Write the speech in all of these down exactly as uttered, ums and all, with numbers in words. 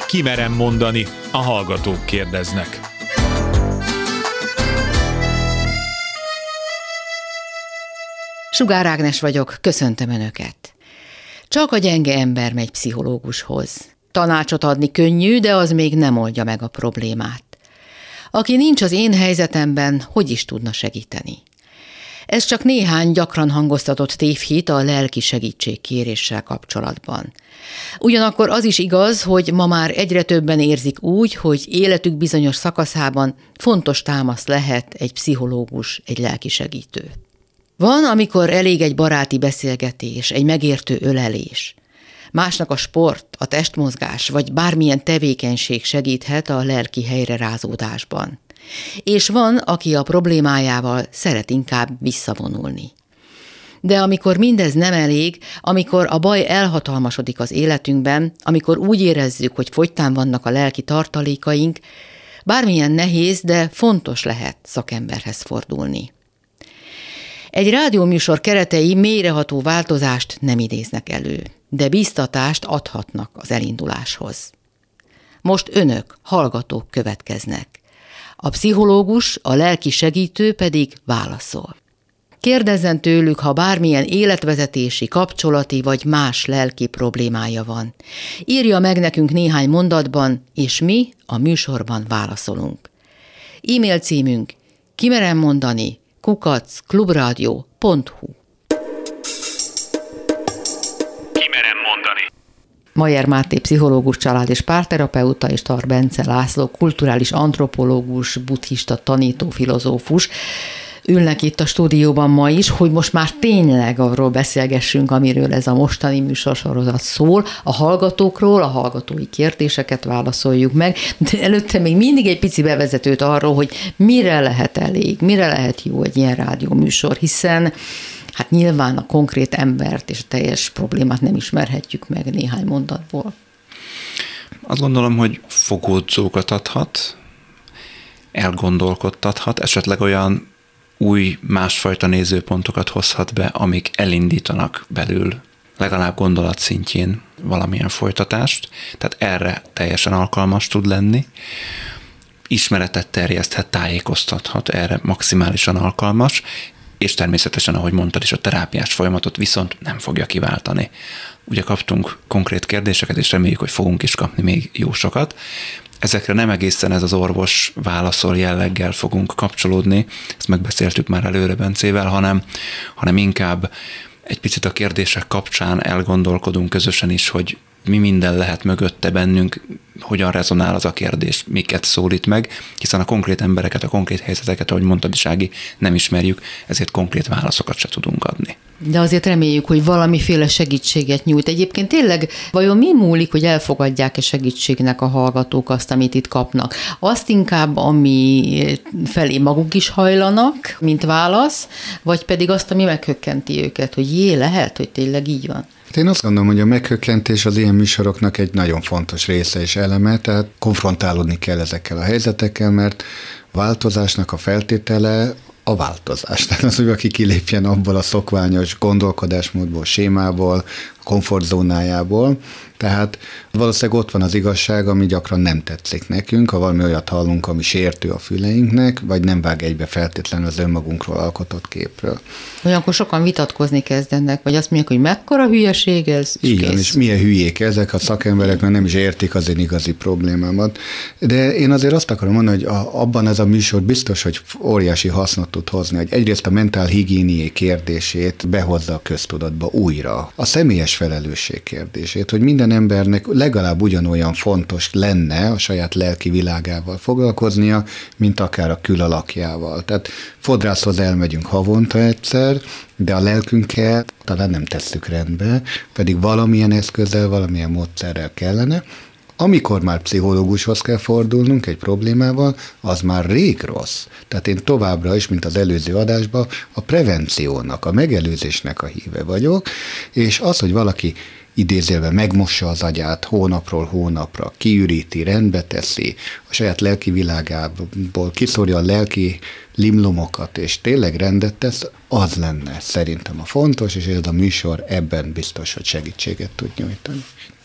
Ki merem mondani, a hallgatók kérdeznek. Sugár Ágnes vagyok, köszöntöm Önöket. Csak a gyenge ember megy pszichológushoz. Tanácsot adni könnyű, de az még nem oldja meg a problémát. Aki nincs az én helyzetemben, hogy is tudna segíteni? Ez csak néhány gyakran hangoztatott tévhit a lelki segítségkéréssel kapcsolatban. Ugyanakkor az is igaz, hogy ma már egyre többen érzik úgy, hogy életük bizonyos szakaszában fontos támasz lehet egy pszichológus, egy lelki segítő. Van, amikor elég egy baráti beszélgetés, egy megértő ölelés. Másnak a sport, a testmozgás vagy bármilyen tevékenység segíthet a lelki helyrerázódásban. És van, aki a problémájával szeret inkább visszavonulni. De amikor mindez nem elég, amikor a baj elhatalmasodik az életünkben, amikor úgy érezzük, hogy fogytán vannak a lelki tartalékaink, bármilyen nehéz, de fontos lehet szakemberhez fordulni. Egy rádióműsor keretei mélyreható változást nem idéznek elő, de bíztatást adhatnak az elinduláshoz. Most önök, hallgatók következnek. A pszichológus, a lelki segítő pedig válaszol. Kérdezzen tőlük, ha bármilyen életvezetési, kapcsolati vagy más lelki problémája van. Írja meg nekünk néhány mondatban, és mi a műsorban válaszolunk. E-mail címünk kimerem mondani kukac klubrádió pont hu. Kimerem mondani. Mayer Máté pszichológus, család- és párterapeuta, és Tar Bence László kulturális antropológus, buddhista tanító, filozófus ülnek itt a stúdióban ma is, hogy most már tényleg arról beszélgessünk, amiről ez a mostani műsorsorozat szól, a hallgatókról, a hallgatói kérdéseket válaszoljuk meg, de előtte még mindig egy pici bevezetőt arról, hogy mire lehet elég, mire lehet jó egy ilyen rádióműsor, hiszen hát nyilván a konkrét embert és a teljes problémát nem ismerhetjük meg néhány mondatból. Azt gondolom, hogy fogódzókat adhat, elgondolkodtathat, esetleg olyan új, másfajta nézőpontokat hozhat be, amik elindítanak belül legalább gondolat szintjén valamilyen folytatást, tehát erre teljesen alkalmas tud lenni. Ismeretet terjeszthet, tájékoztathat, erre maximálisan alkalmas, és természetesen, ahogy mondtad is, a terápiás folyamatot viszont nem fogja kiváltani. Ugye kaptunk konkrét kérdéseket, és reméljük, hogy fogunk is kapni még jó sokat. Ezekre nem egészen ez az orvos válaszol jelleggel fogunk kapcsolódni, ezt megbeszéltük már előre Bencével, hanem, hanem inkább egy picit a kérdések kapcsán elgondolkodunk közösen is, hogy mi minden lehet mögötte bennünk, hogyan rezonál az a kérdés, miket szólít meg, hiszen a konkrét embereket, a konkrét helyzeteket, ahogy mondtad is, Ági, nem ismerjük, ezért konkrét válaszokat se tudunk adni. De azért reméljük, hogy valamiféle segítséget nyújt. Egyébként tényleg vajon mi múlik, hogy elfogadják-e segítségnek a hallgatók azt, amit itt kapnak? Azt inkább, ami felé maguk is hajlanak, mint válasz, vagy pedig azt, ami meghökkenti őket, hogy jé, lehet, hogy tényleg így van? Én azt gondolom, hogy a meghökkentés az ilyen műsoroknak egy nagyon fontos része és eleme, tehát konfrontálódni kell ezekkel a helyzetekkel, mert változásnak a feltétele a változás. Tehát az, hogy aki kilépjen abból a szokványos gondolkodásmódból, sémából, komfortzónájából. Tehát valószínűleg ott van az igazság, ami gyakran nem tetszik nekünk, ha valami olyat hallunk, ami sértő a füleinknek, vagy nem vág egybe feltétlenül az önmagunkról alkotott képről. Olyankor sokan vitatkozni kezdenek, vagy azt mondják, hogy mekkora hülyeség ez, és így kész. van, és milyen hülyék ezek a szakemberek, mert nem is értik az én igazi problémámat. De én azért azt akarom mondani, hogy a, abban ez a műsor biztos, hogy óriási hasznot tud hozni, hogy egyrészt a mentálhigiénié kérdését behozza a köztudatba újra. A személyes felelősség kérdését, hogy minden embernek legalább ugyanolyan fontos lenne a saját lelki világával foglalkoznia, mint akár a külalakjával. Tehát fodrászhoz elmegyünk havonta egyszer, de a lelkünkkel talán nem tesszük rendbe, pedig valamilyen eszközzel, valamilyen módszerrel kellene. Amikor már pszichológushoz kell fordulnunk egy problémával, az már rég rossz. Tehát én továbbra is, mint az előző adásban, a prevenciónak, a megelőzésnek a híve vagyok, és az, hogy valaki idézélve megmossa az agyát hónapról hónapra, kiüríti, rendbe teszi, a saját lelki világából kiszórja a lelki limlomokat, és tényleg rendet tesz, az lenne szerintem a fontos, és ez a műsor ebben biztos, hogy segítséget tud nyújtani.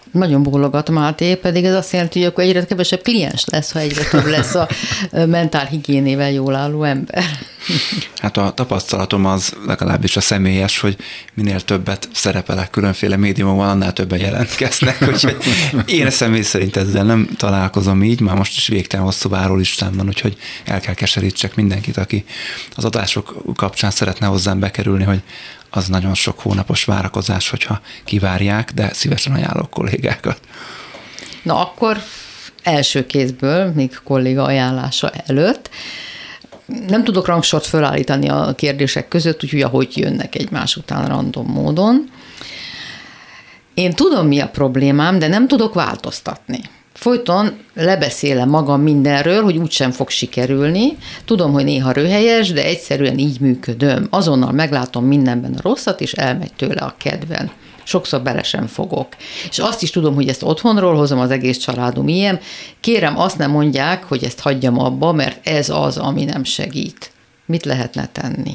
Nagyon bólogat Máté, pedig ez azt jelenti, hogy akkor egyre kevesebb kliens lesz, ha egyre több lesz a mentálhigiénével jól álló ember. Hát a tapasztalatom az legalábbis a személyes, hogy minél többet szerepelek különféle médiumokban, annál többen jelentkeznek, úgyhogy én személy szerint ezzel nem találkozom így, már most is végtelen hosszú várólistám van, úgyhogy el kell keserítsek mindenkit, aki az adások kapcsán szeretne hozzám bekerülni, hogy az nagyon sok hónapos várakozás, hogyha kivárják, de szívesen ajánlok kollégákat. Na akkor első kézből, még kolléga ajánlása előtt, nem tudok rangsort felállítani a kérdések között, úgyhogy ahogy jönnek egymás után random módon. Én tudom, mi a problémám, de nem tudok változtatni. Folyton lebeszélem magam mindenről, hogy úgysem fog sikerülni. Tudom, hogy néha röhelyes, de egyszerűen így működöm. Azonnal meglátom mindenben a rosszat, és elmegy tőle a kedven. Sokszor bele sem fogok. És azt is tudom, hogy ezt otthonról hozom, az egész családom ilyen. Kérem, azt nem mondják, hogy ezt hagyjam abba, mert ez az, ami nem segít. Mit lehetne tenni?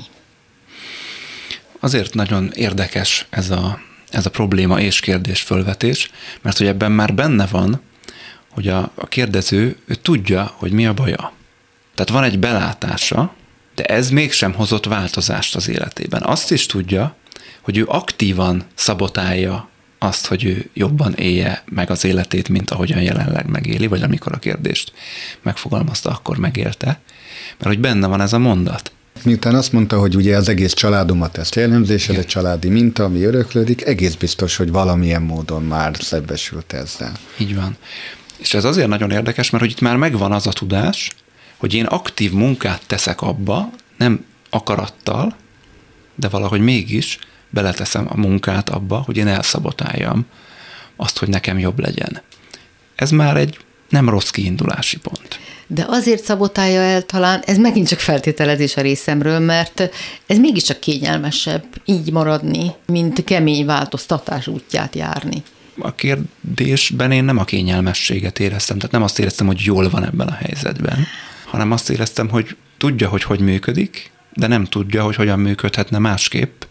Azért nagyon érdekes ez a, ez a probléma és kérdésfölvetés, mert hogy ebben már benne van, hogy a, a kérdező ő tudja, hogy mi a baja. Tehát van egy belátása, de ez mégsem hozott változást az életében. Azt is tudja, hogy ő aktívan szabotálja azt, hogy ő jobban élje meg az életét, mint ahogyan jelenleg megéli, vagy amikor a kérdést megfogalmazta, akkor megélte. Mert hogy benne van ez a mondat. Miután azt mondta, hogy ugye az egész családomat ezt jellemzi, és ez egy családi minta, ami öröklődik, egész biztos, hogy valamilyen módon már szembesült ezzel. Így van. És ez azért nagyon érdekes, mert hogy itt már megvan az a tudás, hogy én aktív munkát teszek abba, nem akarattal, de valahogy mégis beleteszem a munkát abba, hogy én elszabotáljam azt, hogy nekem jobb legyen. Ez már egy nem rossz kiindulási pont. De azért szabotálja el talán, ez megint csak feltételezés a részemről, mert ez mégiscsak kényelmesebb így maradni, mint kemény változtatás útját járni. A kérdésben én nem a kényelmességet éreztem, tehát nem azt éreztem, hogy jól van ebben a helyzetben, hanem azt éreztem, hogy tudja, hogy hogy működik, de nem tudja, hogy hogyan működhetne másképp.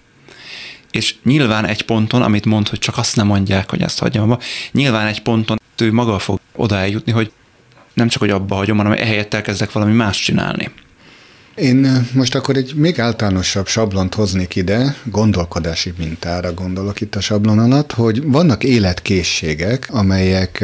És nyilván egy ponton, amit mond, hogy csak azt nem mondják, hogy ezt hagyjam abba, nyilván egy ponton ő maga fog oda eljutni, hogy nem csak, hogy abba hagyom, hanem ehelyett elkezdek valami más csinálni. Én most akkor egy még általánosabb sablont hoznék ide, gondolkodási mintára gondolok itt a sablon alatt, hogy vannak életkészségek, amelyek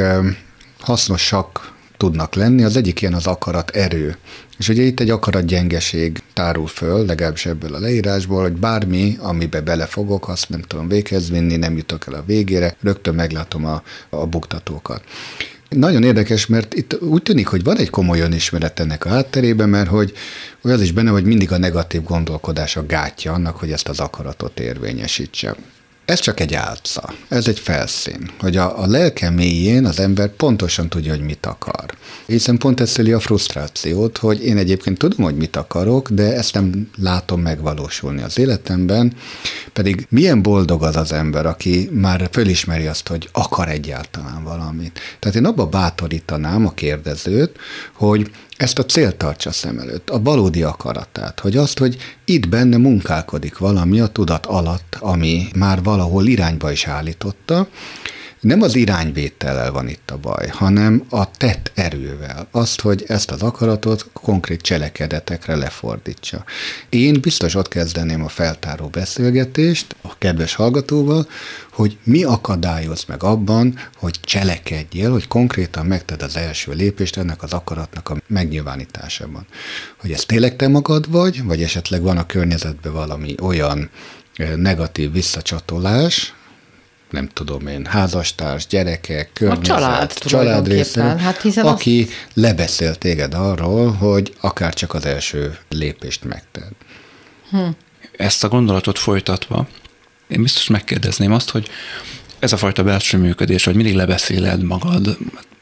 hasznosak tudnak lenni. Az egyik ilyen az akarat erő. És ugye itt egy akaratgyengeség tárul föl, legalábbis ebből a leírásból, hogy bármi, amibe belefogok, azt nem tudom véghez vinni, nem jutok el a végére, rögtön meglátom a, a buktatókat. Nagyon érdekes, mert itt úgy tűnik, hogy van egy komoly önismeret ennek a hátterében, mert hogy az is benne, hogy mindig a negatív gondolkodás a gátja annak, hogy ezt az akaratot érvényesítse. Ez csak egy álca, ez egy felszín, hogy a, a lelke mélyén az ember pontosan tudja, hogy mit akar. Hiszen pont ez szüli a frusztrációt, hogy én egyébként tudom, hogy mit akarok, de ezt nem látom megvalósulni az életemben, pedig milyen boldog az az ember, aki már fölismeri azt, hogy akar egyáltalán valamit. Tehát én abba bátorítanám a kérdezőt, hogy ezt a célt tartsa szem előtt, a valódi akaratát, hogy azt, hogy itt benne munkálkodik valami a tudat alatt, ami már valahol irányba is állította. Nem az irányvétellel van itt a baj, hanem a tett erővel. Azt, hogy ezt az akaratot konkrét cselekedetekre lefordítsa. Én biztos ott kezdeném a feltáró beszélgetést a kedves hallgatóval, hogy mi akadályoz meg abban, hogy cselekedjél, hogy konkrétan megted az első lépést ennek az akaratnak a megnyilvánításában. Hogy ez tényleg te magad vagy, vagy esetleg van a környezetben valami olyan negatív visszacsatolás, nem tudom én, házastárs, gyerekek, környezet, a család, család része, hát aki az... lebeszél téged arról, hogy akár csak az első lépést megted. Hm. Ezt a gondolatot folytatva, én biztos megkérdezném azt, hogy ez a fajta belső működés, hogy mindig lebeszéled magad,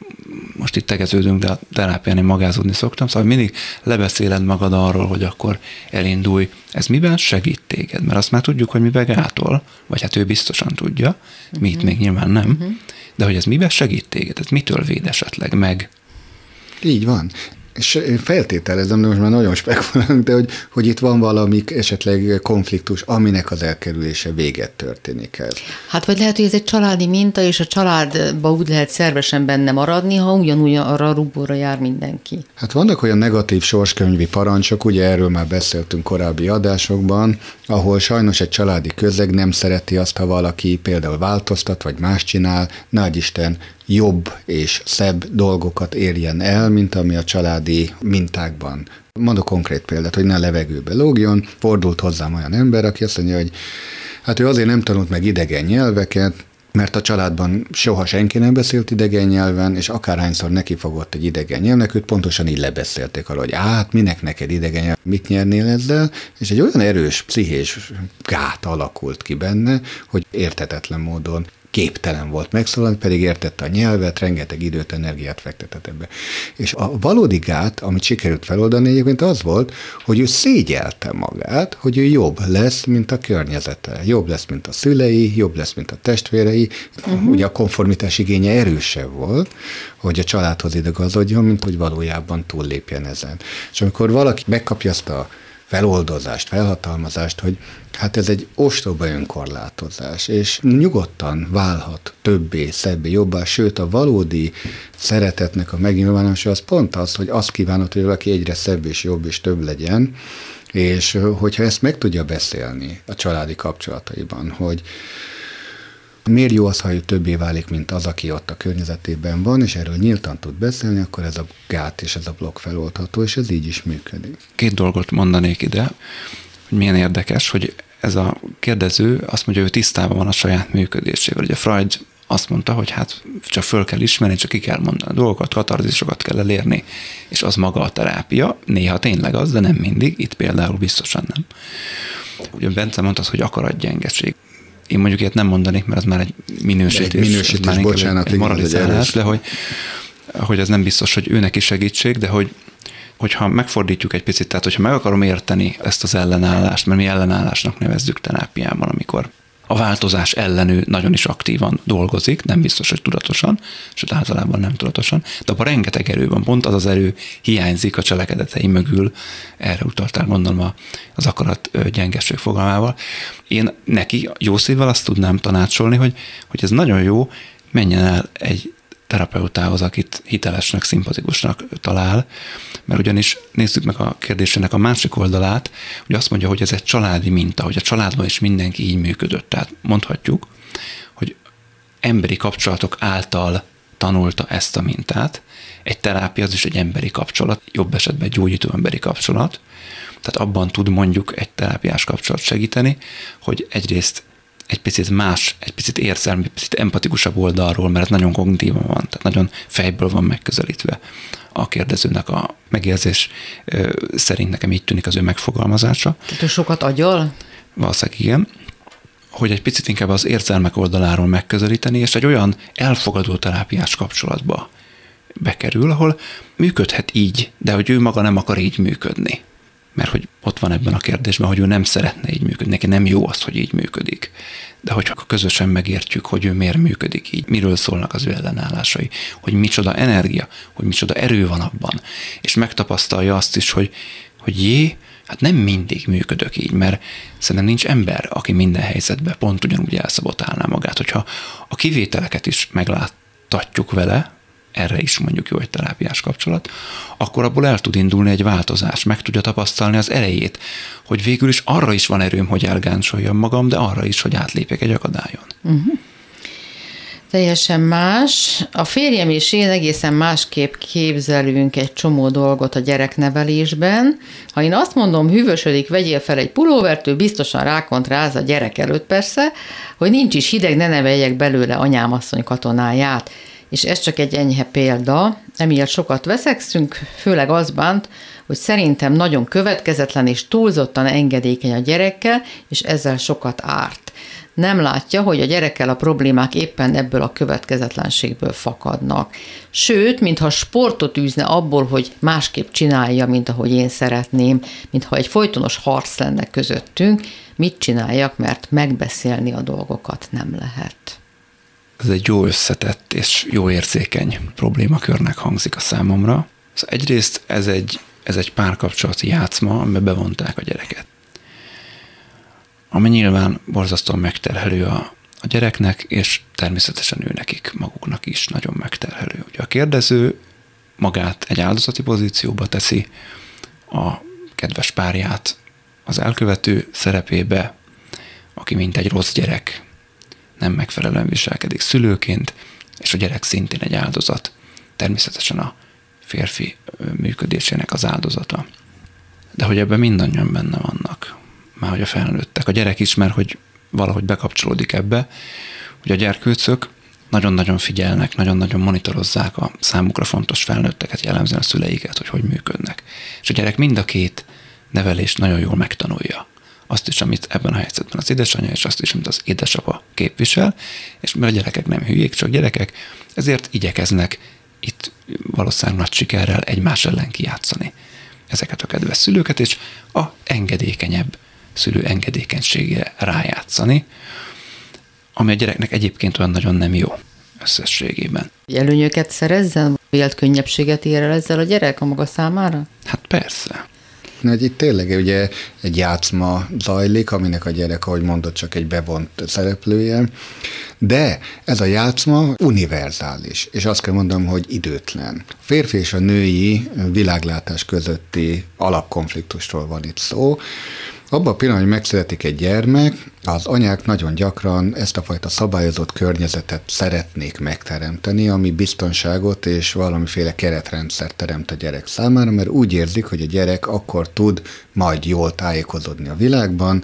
most itt tegeződünk, de a terápián én magázódni szoktam, szóval mindig lebeszéled magad arról, hogy akkor elindulj. Ez miben segít téged? Mert azt már tudjuk, hogy miben gátol, vagy hát ő biztosan tudja, uh-huh. mi itt még nyilván nem, uh-huh. de hogy ez miben segít téged? Ez mitől véd esetleg meg? Így van. És én feltételezem, de most már nagyon spekulálunk, de hogy, hogy itt van valami esetleg konfliktus, aminek az elkerülése véget történik ez. Hát vagy lehet, hogy ez egy családi minta, és a családba úgy lehet szervesen benne maradni, ha ugyanúgy arra a rúgóra jár mindenki. Hát vannak olyan negatív sorskönyvi parancsok, ugye erről már beszéltünk korábbi adásokban, ahol sajnos egy családi közeg nem szereti azt, ha valaki például változtat, vagy más csinál, nagyisten jobb és szebb dolgokat érjen el, mint ami a családi mintákban. Mondok konkrét példát, hogy ne a levegőbe lógjon. Fordult hozzám olyan ember, aki azt mondja, hogy hát ő azért nem tanult meg idegen nyelveket, mert a családban soha senki nem beszélt idegen nyelven, és akárhányszor nekifogott egy idegen nyelvnek, őt pontosan így lebeszélték arra, hogy hát minek neked idegen nyelv, mit nyernél ezzel, és egy olyan erős pszichés gát alakult ki benne, hogy érthetetlen módon képtelen volt megszólalni, pedig értette a nyelvet, rengeteg időt, energiát fektetett ebbe. És a valódi gát, amit sikerült feloldani egyébként az volt, hogy ő szégyelte magát, hogy ő jobb lesz, mint a környezete. Jobb lesz, mint a szülei, jobb lesz, mint a testvérei. Uh-huh. Ugye a konformitás igénye erősebb volt, hogy a családhoz igazodjon, mint hogy valójában túllépjen ezen. És amikor valaki megkapja azt a feloldozást, felhatalmazást, hogy hát ez egy ostoba önkorlátozás, és nyugodtan válhat többé, szebbé, jobbá, sőt a valódi szeretetnek a megnyilvánulása az pont az, hogy azt kívánod, hogy valaki egyre szebb és jobb és több legyen, és hogyha ezt meg tudja beszélni a családi kapcsolataiban, hogy miért jó az, ha ő többé válik, mint az, aki ott a környezetében van, és erről nyíltan tud beszélni, akkor ez a gát és ez a blokk feloldható, és ez így is működik. Két dolgot mondanék ide, hogy milyen érdekes, hogy ez a kérdező azt mondja, hogy ő tisztában van a saját működésével. Ugye Freud azt mondta, hogy hát csak föl kell ismerni, csak ki kell mondani a dolgokat, katarzisokat kell elérni, és az maga a terápia. Néha tényleg az, de nem mindig, itt például biztosan nem. Ugye Bence mondta, hogy akaratgyengeség. Én mondjuk ilyet nem mondanék, mert az már egy minősítés, egy minősítés már bocsánat, egy moralizálás, de hogy, hogy ez nem biztos, hogy őnek is segítség, de hogy hogyha megfordítjuk egy picit, tehát hogyha meg akarom érteni ezt az ellenállást, mert mi ellenállásnak nevezzük terápiában, amikor a változás ellenő nagyon is aktívan dolgozik, nem biztos, hogy tudatosan, sőt általában nem tudatosan, de abban rengeteg erő van, pont az az erő hiányzik a cselekedetei mögül, erre utaltál gondolom az akarat gyengeség fogalmával. Én neki jó szívvel azt tudnám tanácsolni, hogy, hogy ez nagyon jó, menjen el egy terapeutához, akit hitelesnek, szimpatikusnak talál, mert ugyanis nézzük meg a kérdésének a másik oldalát, hogy azt mondja, hogy ez egy családi minta, hogy a családban is mindenki így működött. Tehát mondhatjuk, hogy emberi kapcsolatok által tanulta ezt a mintát. Egy terápia az is egy emberi kapcsolat, jobb esetben egy gyógyító emberi kapcsolat. Tehát abban tud mondjuk egy terápiás kapcsolat segíteni, hogy egyrészt egy picit más, egy picit érzelmi, egy picit empatikusabb oldalról, mert nagyon kognitívan van, tehát nagyon fejből van megközelítve a kérdezőnek a megérzés szerint, nekem így tűnik az ő megfogalmazása. Tehát sokat agyal? Valószínűleg igen. Hogy egy picit inkább az érzelmek oldaláról megközelíteni, és egy olyan elfogadó terápiás kapcsolatba bekerül, ahol működhet így, de hogy ő maga nem akar így működni. Mert hogy ott van ebben a kérdésben, hogy ő nem szeretne így működni, neki nem jó az, hogy így működik. De hogyha közösen megértjük, hogy ő miért működik így, miről szólnak az ő ellenállásai, hogy micsoda energia, hogy micsoda erő van abban, és megtapasztalja azt is, hogy, hogy jé, hát nem mindig működök így, mert szerintem nincs ember, aki minden helyzetben pont ugyanúgy elszabotálná magát. Hogyha a kivételeket is megláttatjuk vele, erre is mondjuk jó egy terápiás kapcsolat, akkor abból el tud indulni egy változás, meg tudja tapasztalni az erejét, hogy végül is arra is van erőm, hogy elgáncsoljam magam, de arra is, hogy átlépjek egy akadályon. Uh-huh. Teljesen más. A férjem és én egészen másképp képzelünk egy csomó dolgot a gyereknevelésben. Ha én azt mondom, hűvösödik, vegyél fel egy pulóvert, ő biztosan rákontráz a gyerek előtt persze, hogy nincs is hideg, ne neveljek belőle anyám asszony katonáját. És ez csak egy enyhe példa, emiatt sokat veszekszünk, főleg az bánt, hogy szerintem nagyon következetlen és túlzottan engedékeny a gyerekkel, és ezzel sokat árt. Nem látja, hogy a gyerekkel a problémák éppen ebből a következetlenségből fakadnak. Sőt, mintha sportot űzne abból, hogy másképp csinálja, mint ahogy én szeretném, mintha egy folytonos harc lenne közöttünk, mit csináljak, mert megbeszélni a dolgokat nem lehet. Ez egy jó összetett és jó érzékeny problémakörnek hangzik a számomra. Szóval egyrészt ez egy, ez egy párkapcsolati játszma, amiben bevonták a gyereket. Ami nyilván borzasztóan megterhelő a, a gyereknek, és természetesen ő nekik maguknak is nagyon megterhelő. Ugye a kérdező magát egy áldozati pozícióba teszi, a kedves párját az elkövető szerepébe, aki mint egy rossz gyerek nem megfelelően viselkedik szülőként, és a gyerek szintén egy áldozat. Természetesen a férfi működésének az áldozata. De hogy ebben mindannyian benne vannak, már hogy a felnőttek. A gyerek is, mert hogy valahogy bekapcsolódik ebbe, hogy a gyerkőcök nagyon-nagyon figyelnek, nagyon-nagyon monitorozzák a számukra fontos felnőtteket, jellemzően a szüleiket, hogy hogy működnek. És a gyerek mind a két nevelést nagyon jól megtanulja. Azt is, amit ebben a helyzetben az édesanyja, és azt is, amit az édesapa képvisel, és mert a gyerekek nem hülyék, csak gyerekek, ezért igyekeznek itt valószínűleg nagy sikerrel egymás ellen kijátszani ezeket a kedves szülőket, és a engedékenyebb szülő engedékenységére rájátszani, ami a gyereknek egyébként olyan nagyon nem jó összességében. Előnyöket szerezzen? Vélt könnyebbséget ér el ezzel a gyerek a maga számára? Hát persze. Hogy itt tényleg ugye egy játszma zajlik, aminek a gyerek, ahogy mondott, csak egy bevont szereplője, de ez a játszma univerzális, és azt kell mondanom, hogy időtlen. A férfi és a női világlátás közötti alapkonfliktusról van itt szó. Abban a pillanatban, hogy megszületik egy gyermek, az anyák nagyon gyakran ezt a fajta szabályozott környezetet szeretnék megteremteni, ami biztonságot és valamiféle keretrendszert teremt a gyerek számára, mert úgy érzik, hogy a gyerek akkor tud majd jól tájékozódni a világban,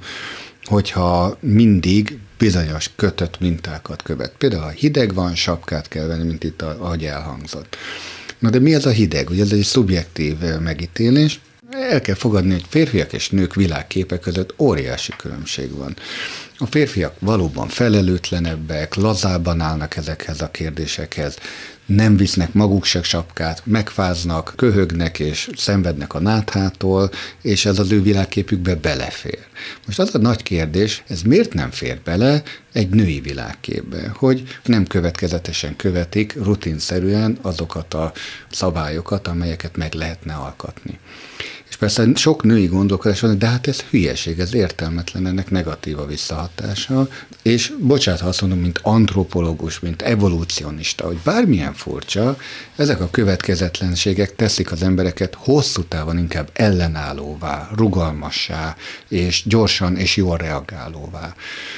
hogyha mindig bizonyos kötött mintákat követ. Például, ha hideg van, sapkát kell venni, mint itt, ahogy elhangzott. Na de mi ez a hideg? Ugye ez egy szubjektív megítélés. El kell fogadni, hogy férfiak és nők világképe között óriási különbség van. A férfiak valóban felelőtlenebbek, lazábban állnak ezekhez a kérdésekhez, nem visznek maguk se sapkát, megfáznak, köhögnek és szenvednek a náthától, és ez az ő világképükbe belefér. Most az a nagy kérdés, ez miért nem fér bele egy női világképbe, hogy nem következetesen követik rutinszerűen azokat a szabályokat, amelyeket meg lehetne alkotni. És persze sok női gondolkodás van, de hát ez hülyeség, ez értelmetlen, ennek negatív a visszahatása, és bocsánat, ha azt mondom, mint antropológus, mint evolúcionista, hogy bármilyen furcsa, ezek a következetlenségek teszik az embereket hosszú távon inkább ellenállóvá, rugalmassá, és gyorsan és jól reagálóvá.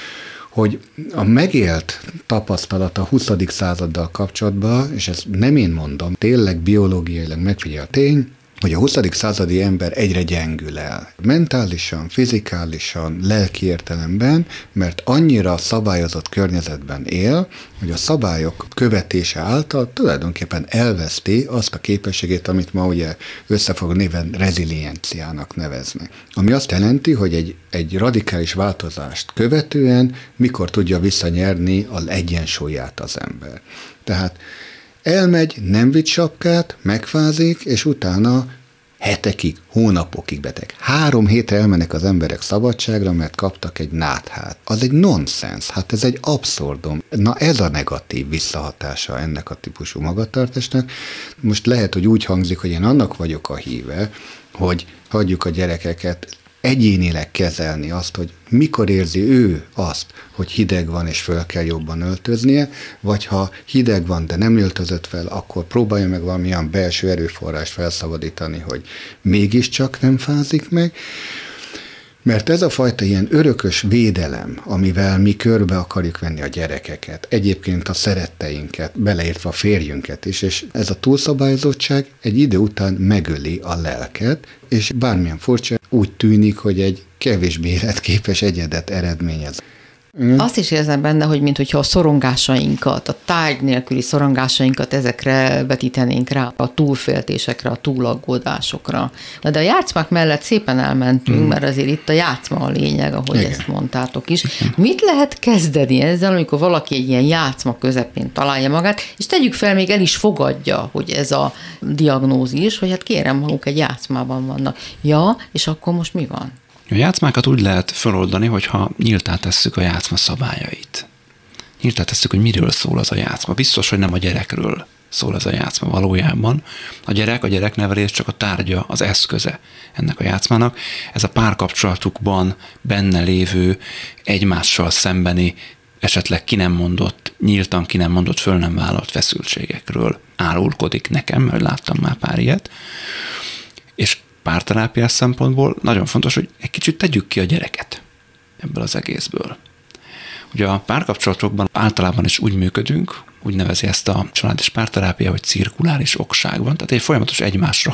Hogy a megélt tapasztalat a huszadik századdal kapcsolatban, és ezt nem én mondom, tényleg biológiailag megfigyel tény, hogy a huszadik századi ember egyre gyengül el. Mentálisan, fizikálisan, lelki értelemben, mert annyira szabályozott környezetben él, hogy a szabályok követése által tulajdonképpen elveszti azt a képességét, amit ma ugye összefogó néven rezilienciának neveznek. Ami azt jelenti, hogy egy, egy radikális változást követően mikor tudja visszanyerni az egyensúlyát az ember. Tehát elmegy, nem vitt sapkát, megfázik, és utána hetekig, hónapokig beteg. Három hétre elmennek az emberek szabadságra, mert kaptak egy náthát. Az egy nonsens, hát ez egy abszurdum. Na ez a negatív visszahatása ennek a típusú magatartásnak. Most lehet, hogy úgy hangzik, hogy én annak vagyok a híve, hogy hagyjuk a gyerekeket egyénileg kezelni azt, hogy mikor érzi ő azt, hogy hideg van és föl kell jobban öltöznie, vagy ha hideg van, de nem öltözött fel, akkor próbálja meg valamilyen belső erőforrást felszabadítani, hogy mégiscsak nem fázik meg. Mert ez a fajta ilyen örökös védelem, amivel mi körbe akarjuk venni a gyerekeket, egyébként a szeretteinket, beleértve a férjünket is, és ez a túlszabályozottság egy idő után megöli a lelket, és bármilyen furcsa, úgy tűnik, hogy egy kevésbé életképes egyedet eredményez. Mm. Azt is érzem benne, hogy mintha a szorongásainkat, a tárgy nélküli szorongásainkat ezekre vetítenénk rá, a túlféltésekre, a túlaggódásokra. De a játszmák mellett szépen elmentünk, mm. mert azért itt a játszma a lényeg, ahogy igen. Ezt mondtátok is. Igen. Mit lehet kezdeni ezzel, amikor valaki egy ilyen játszma közepén találja magát, és tegyük fel, még el is fogadja, hogy ez a diagnózis, hogy hát kérem, maguk egy játszmában vannak. Ja, és akkor most mi van? A játszmákat úgy lehet feloldani, hogyha nyíltá tesszük a játszma szabályait. Nyíltá tesszük, hogy miről szól az a játszma. Biztos, hogy nem a gyerekről szól ez a játszma valójában. A gyerek, a gyereknevelés csak a tárgya, az eszköze ennek a játszmának. Ez a párkapcsolatukban benne lévő, egymással szembeni, esetleg ki nem mondott, nyíltan ki nem mondott, föl nem vállalt feszültségekről árulkodik nekem, mert láttam már pár ilyet. És párterápiás szempontból nagyon fontos, hogy egy kicsit tegyük ki a gyereket ebből az egészből. Ugye a párkapcsolatokban általában is úgy működünk, úgy nevezi ezt a család és párterápia, hogy cirkuláris okság van, tehát egy folyamatos egymásra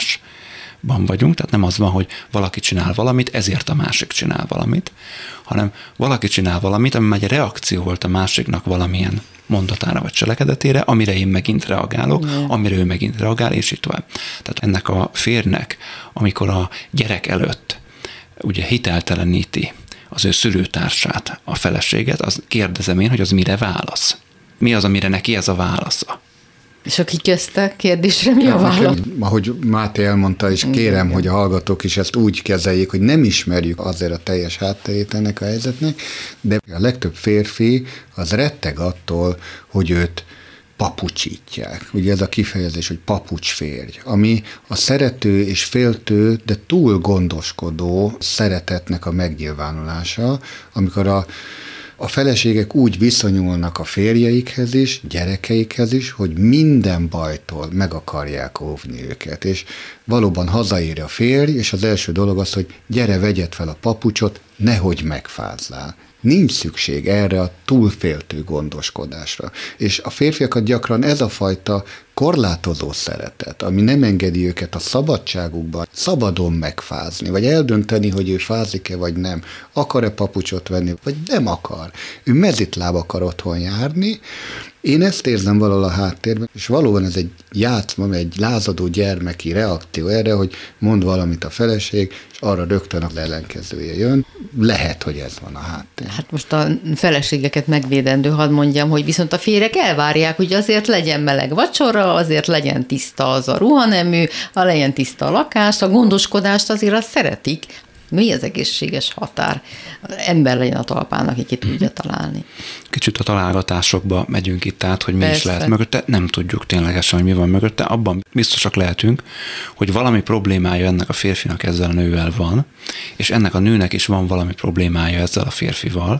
hatásban vagyunk, tehát nem az van, hogy valaki csinál valamit, ezért a másik csinál valamit, hanem valaki csinál valamit, ami egy reakció volt a másiknak valamilyen mondatára vagy cselekedetére, amire én megint reagálok, yeah. amire ő megint reagál, és így tovább. Tehát ennek a férjnek, amikor a gyerek előtt ugye hitelteleníti az ő szülőtársát, a feleséget, az kérdezem én, hogy az mire válasz. Mi az, amire neki ez a válasza? És aki kezdte kérdésre, mi a válasz? Ahogy Máté elmondta, és kérem, hogy a hallgatók is ezt úgy kezeljék, hogy nem ismerjük azért a teljes hátterét ennek a helyzetnek, de a legtöbb férfi az retteg attól, hogy őt papucsítják. Ugye ez a kifejezés, hogy papucsférj, ami a szerető és féltő, de túl gondoskodó szeretetnek a megnyilvánulása, amikor a A feleségek úgy viszonyulnak a férjeikhez is, gyerekeikhez is, hogy minden bajtól meg akarják óvni őket. És valóban hazaér a férj, és az első dolog az, hogy gyere, vegyed fel a papucsot, nehogy megfázzál. Nincs szükség erre a túlféltő gondoskodásra. És a férfiakat gyakran ez a fajta korlátozó szeretet, ami nem engedi őket a szabadságukban szabadon megfázni, vagy eldönteni, hogy ő fázik-e, vagy nem, akar-e papucsot venni, vagy nem akar. Ő mezitláb akar otthon járni. Én ezt érzem valahol a háttérben, és valóban ez egy játszma, egy lázadó gyermeki reakció erre, hogy mond valamit a feleség, és arra rögtön az ellenkezője jön. Lehet, hogy ez van a háttérben. Hát most a feleségeket megvédendő, hadd mondjam, hogy viszont a férjek elvárják, hogy azért legyen meleg vacsora, azért legyen tiszta az a ruhanemű, a legyen tiszta a lakás, a gondoskodást azért azt szeretik. Mi az egészséges határ? Ember legyen a talpán, aki ki tudja találni. Kicsit a találgatásokba megyünk itt át, hogy mi Persze. is lehet mögötte. Nem tudjuk ténylegesen, hogy mi van mögötte. Abban biztosak lehetünk, hogy valami problémája ennek a férfinak ezzel a nővel van, és ennek a nőnek is van valami problémája ezzel a férfival.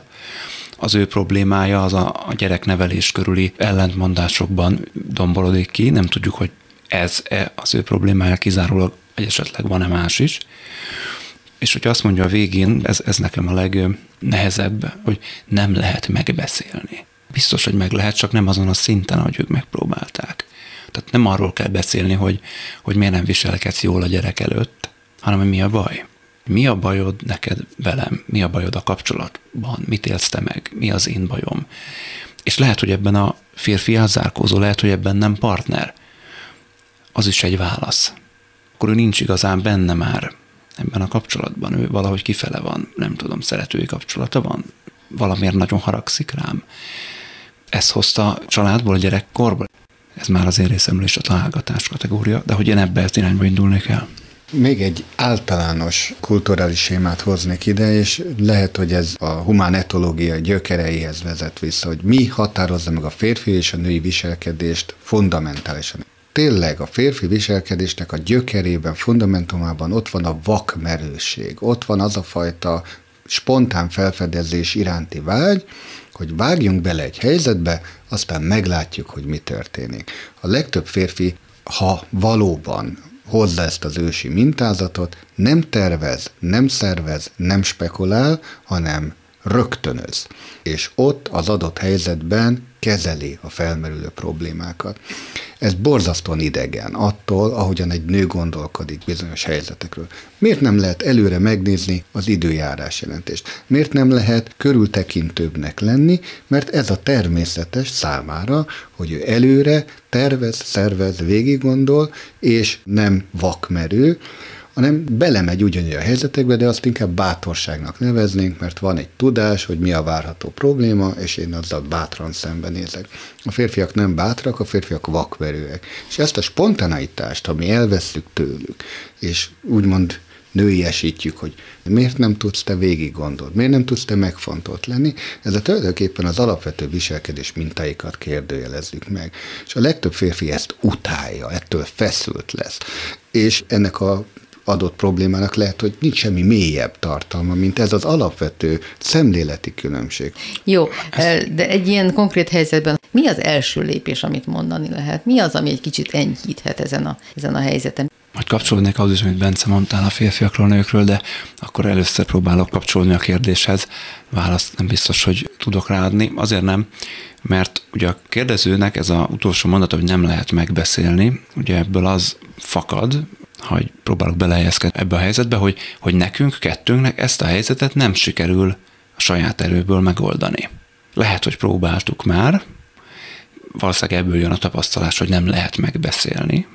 Az ő problémája az a, a gyereknevelés körüli ellentmondásokban domborodik ki. Nem tudjuk, hogy ez az ő problémája kizárólag, vagy esetleg van-e más is. És hogyha azt mondja a végén, ez, ez nekem a legnehezebb, hogy nem lehet megbeszélni. Biztos, hogy meg lehet, csak nem azon a szinten, ahogy ők megpróbálták. Tehát nem arról kell beszélni, hogy, hogy miért nem viselkedsz jól a gyerek előtt, hanem hogy mi a baj. Mi a bajod neked velem? Mi a bajod a kapcsolatban? Mit élsz te meg? Mi az én bajom? És lehet, hogy ebben a férfi elzárkózó, lehet, hogy ebben nem partner. Az is egy válasz. Akkor ő nincs igazán benne már ebben a kapcsolatban, ő valahogy kifele van, nem tudom, szeretői kapcsolata van, valamiért nagyon haragszik rám. Ez hozta a családból, a gyerekkorból. Ez már az én részemről is a találgatás kategória, de hogy én ebbe az irányba indulnék el. Még egy általános kulturális sémát hoznék ide, és lehet, hogy ez a humán etológia gyökereihez vezet vissza, hogy mi határozza meg a férfi és a női viselkedést fundamentálisan. Tényleg a férfi viselkedésnek a gyökerében, fundamentumában ott van a vakmerőség, ott van az a fajta spontán felfedezés iránti vágy, hogy vágjunk bele egy helyzetbe, aztán meglátjuk, hogy mi történik. A legtöbb férfi, ha valóban hozza ezt az ősi mintázatot, nem tervez, nem szervez, nem spekulál, hanem rögtönöz. És ott az adott helyzetben kezeli a felmerülő problémákat. Ez borzasztóan idegen attól, ahogyan egy nő gondolkodik bizonyos helyzetekről. Miért nem lehet előre megnézni az időjárás jelentést? Miért nem lehet körültekintőbbnek lenni? Mert ez a természetes számára, hogy ő előre tervez, szervez, végiggondol, és nem vakmerő, hanem belemegy ugyanilyen helyzetekbe, de azt inkább bátorságnak neveznénk, mert van egy tudás, hogy mi a várható probléma, és én azzal bátran szembenézek. A férfiak nem bátrak, a férfiak vakverőek. És ezt a spontaneitást, ami elveszük tőlük, és úgymond nőiesítjük, hogy miért nem tudsz te végig gondolni, miért nem tudsz te megfontolt lenni. Ez a tulajdonképpen az alapvető viselkedés mintáikat kérdőjelezzük meg. És a legtöbb férfi ezt utálja, ettől feszült lesz. És ennek a adott problémának lehet, hogy nincs semmi mélyebb tartalma, mint ez az alapvető szemléleti különbség. Jó, de egy ilyen konkrét helyzetben mi az első lépés, amit mondani lehet? Mi az, ami egy kicsit enyhíthet ezen a, ezen a helyzeten? Majd kapcsolódnék ahhoz is, amit Bence mondtál a férfiakról, nőkről, de akkor először próbálok kapcsolódni a kérdéshez. Választ nem biztos, hogy tudok ráadni. Azért nem, mert ugye a kérdezőnek ez az utolsó mondat, hogy nem lehet megbeszélni, ugye ebből az fakad, hogy próbálok belehelyezkedni ebbe a helyzetbe, hogy, hogy nekünk, kettőnknek ezt a helyzetet nem sikerül a saját erőből megoldani. Lehet, hogy próbáltuk már, valószínűleg ebből jön a tapasztalás, hogy nem lehet megbeszélni.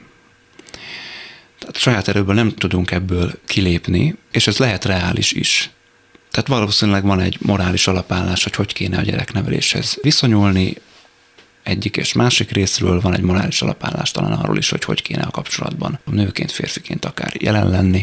Tehát saját erőből nem tudunk ebből kilépni, és ez lehet reális is. Tehát valószínűleg van egy morális alapállás, hogy hogy kéne a gyerekneveléshez viszonyulni, egyik és másik részről van egy morális alapállás talán arról is, hogy hogy kéne a kapcsolatban nőként, férfiként akár jelen lenni,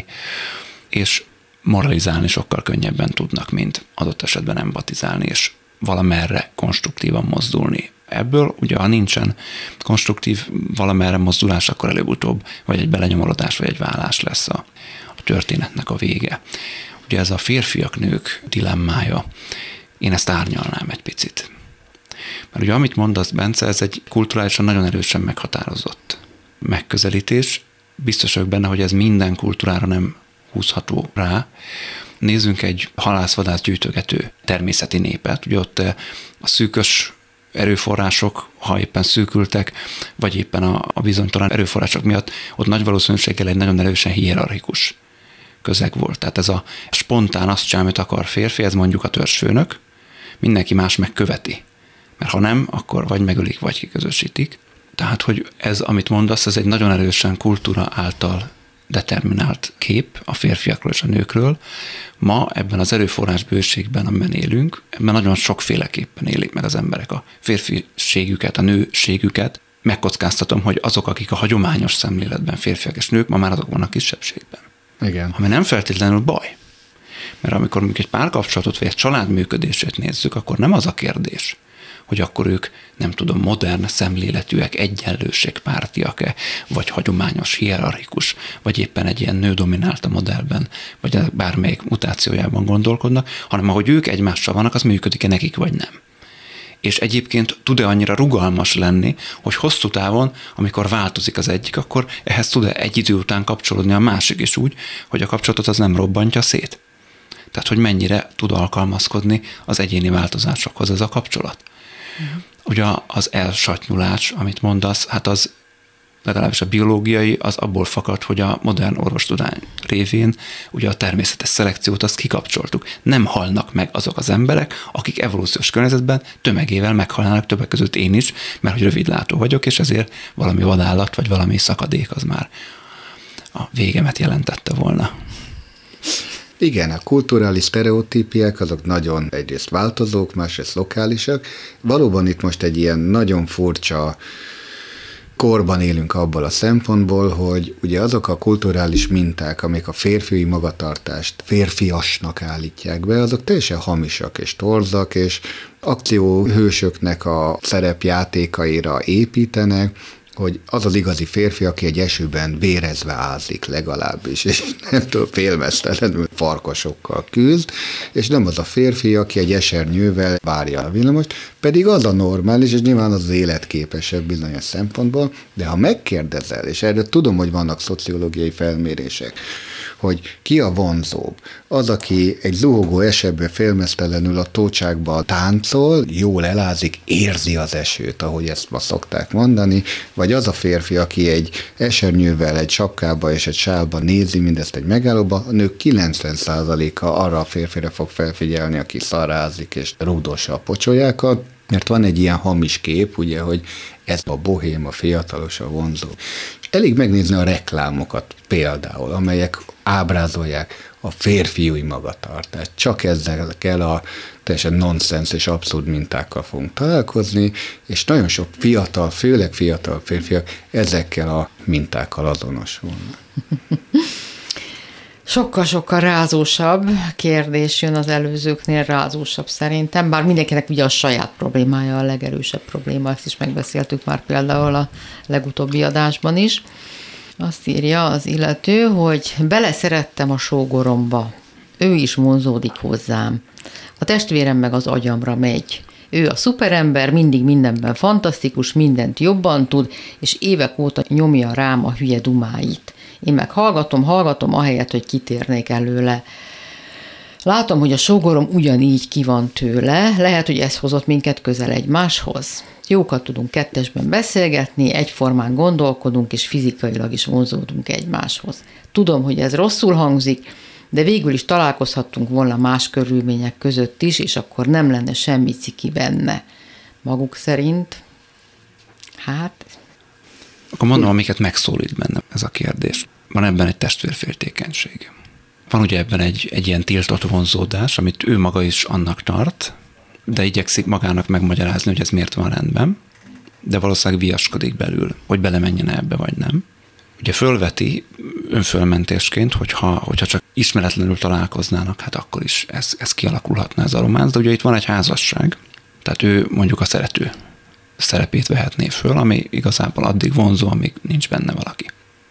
és moralizálni sokkal könnyebben tudnak, mint adott esetben empatizálni, és valamerre konstruktívan mozdulni. Ebből ugye, ha nincsen konstruktív valamerre mozdulás, akkor előbb-utóbb vagy egy belenyomorodás, vagy egy vállás lesz a, a történetnek a vége. Ugye ez a férfiak-nők dilemmája, én ezt árnyalnám egy picit. Mert ugye amit mondasz, Bence, ez egy kulturálisan nagyon erősen meghatározott megközelítés. Biztos vagyok benne, hogy ez minden kultúrára nem húzható rá. Nézzünk egy halászvadász gyűjtögető természeti népet. Ugye ott a szűkös erőforrások, ha éppen szűkültek, vagy éppen a, a bizonytalan erőforrások miatt, ott nagy valószínűséggel egy nagyon erősen hierarchikus közeg volt. Tehát ez a spontán azt csinál, amit akar férfi, ez mondjuk a törzsfőnök, mindenki más megköveti. Mert ha nem, akkor vagy megölik, vagy kiközösítik. Tehát, hogy ez, amit mondasz, ez egy nagyon erősen kultúra által determinált kép a férfiakról és a nőkről. Ma ebben az erőforrás bőségben, amiben élünk, ebben nagyon sokféleképpen élik meg az emberek a férfiségüket, a nőségüket. Megkockáztatom, hogy azok, akik a hagyományos szemléletben férfiak és nők, ma már azok vannak kisebbségben. Igen. Ami nem feltétlenül baj. Mert amikor mondjuk egy párkapcsolatot vagy egy család működését nézzük, akkor nem az a kérdés, hogy akkor ők, nem tudom, modern szemléletűek, egyenlőségpártiak-e, vagy hagyományos, hierarchikus, vagy éppen egy ilyen nődominálta modellben, vagy bármelyik mutációjában gondolkodnak, hanem ahogy ők egymással vannak, az működik-e nekik, vagy nem. És egyébként tud-e annyira rugalmas lenni, hogy hosszú távon, amikor változik az egyik, akkor ehhez tud-e egy idő után kapcsolódni a másik is úgy, hogy a kapcsolatot az nem robbantja szét. Tehát, hogy mennyire tud alkalmazkodni az egyéni változásokhoz ez a kapcsolat. Uh-huh. Ugye az elsatnyulás, amit mondasz, hát az legalábbis a biológiai, az abból fakad, hogy a modern orvostudomány révén ugye a természetes szelekciót azt kikapcsoltuk. Nem halnak meg azok az emberek, akik evolúciós környezetben tömegével meghalnának, többek között én is, mert hogy rövidlátó vagyok, és ezért valami vadállat, vagy valami szakadék az már a végemet jelentette volna. Igen, a kulturális sztereotípiák azok nagyon egyrészt változók, másrészt lokálisak. Valóban itt most egy ilyen nagyon furcsa korban élünk abból a szempontból, hogy ugye azok a kulturális minták, amik a férfiui magatartást férfiasnak állítják be, azok teljesen hamisak és torzak, és akcióhősöknek a szerepjátékaira építenek, hogy az az igazi férfi, aki egy esőben vérezve ázik legalábbis, és nem tudom, félmeztelenül farkasokkal küzd, és nem az a férfi, aki egy esernyővel várja a villamost, pedig az a normális, és nyilván az életképesebb bizonyos szempontból, de ha megkérdezel, és erre tudom, hogy vannak szociológiai felmérések, hogy ki a vonzóbb, az, aki egy zuhogó esetben félmeztelenül a tócsákba táncol, jól elázik, érzi az esőt, ahogy ezt ma szokták mondani, vagy az a férfi, aki egy esernyővel, egy sapkába és egy sálba nézi mindezt egy megállóba, a nők kilencven százaléka arra a férfire fog felfigyelni, aki szarázik és rúdossa a pocsolyákat, mert van egy ilyen hamis kép, ugye, hogy ez a bohém, a fiatalos, a vonzó. És elég megnézni a reklámokat például, amelyek ábrázolják a férfiúi magatartást. Csak ezzel kell a teljesen nonsens és abszurd mintákkal fogunk találkozni, és nagyon sok fiatal, főleg fiatal férfiak ezekkel a mintákkal azonosulnak. Sokkal-sokkal rázósabb kérdés jön az előzőknél, rázósabb szerintem, bár mindenkinek ugye a saját problémája a legerősebb probléma, ezt is megbeszéltük már például a legutóbbi adásban is. Azt írja az illető, hogy beleszerettem a sógoromba, ő is vonzódik hozzám. A testvérem meg az agyamra megy. Ő a szuperember, mindig mindenben fantasztikus, mindent jobban tud, és évek óta nyomja rám a hülye dumáit. Én meg hallgatom, hallgatom, ahelyett, hogy kitérnék előle. Látom, hogy a sógorom ugyanígy ki van tőle, lehet, hogy ez hozott minket közel egymáshoz. Jókat tudunk kettesben beszélgetni, egyformán gondolkodunk, és fizikailag is vonzódunk egymáshoz. Tudom, hogy ez rosszul hangzik, de végül is találkozhattunk volna más körülmények között is, és akkor nem lenne semmi ciki benne. Maguk szerint, hát... Akkor mondom, amiket megszólít benne ez a kérdés. Van ebben egy testvérféltékenység. Van ugye ebben egy, egy ilyen tiltott vonzódás, amit ő maga is annak tart, de igyekszik magának megmagyarázni, hogy ez miért van rendben, de valószínűleg viaskodik belül, hogy belemenjen ebbe, vagy nem. Ugye fölveti önfölmentésként, hogyha, hogyha csak ismeretlenül találkoznának, hát akkor is ez, ez kialakulhatna ez a románc, de ugye itt van egy házasság, tehát ő mondjuk a szerető szerepét vehetné föl, ami igazából addig vonzó, amíg nincs benne valaki.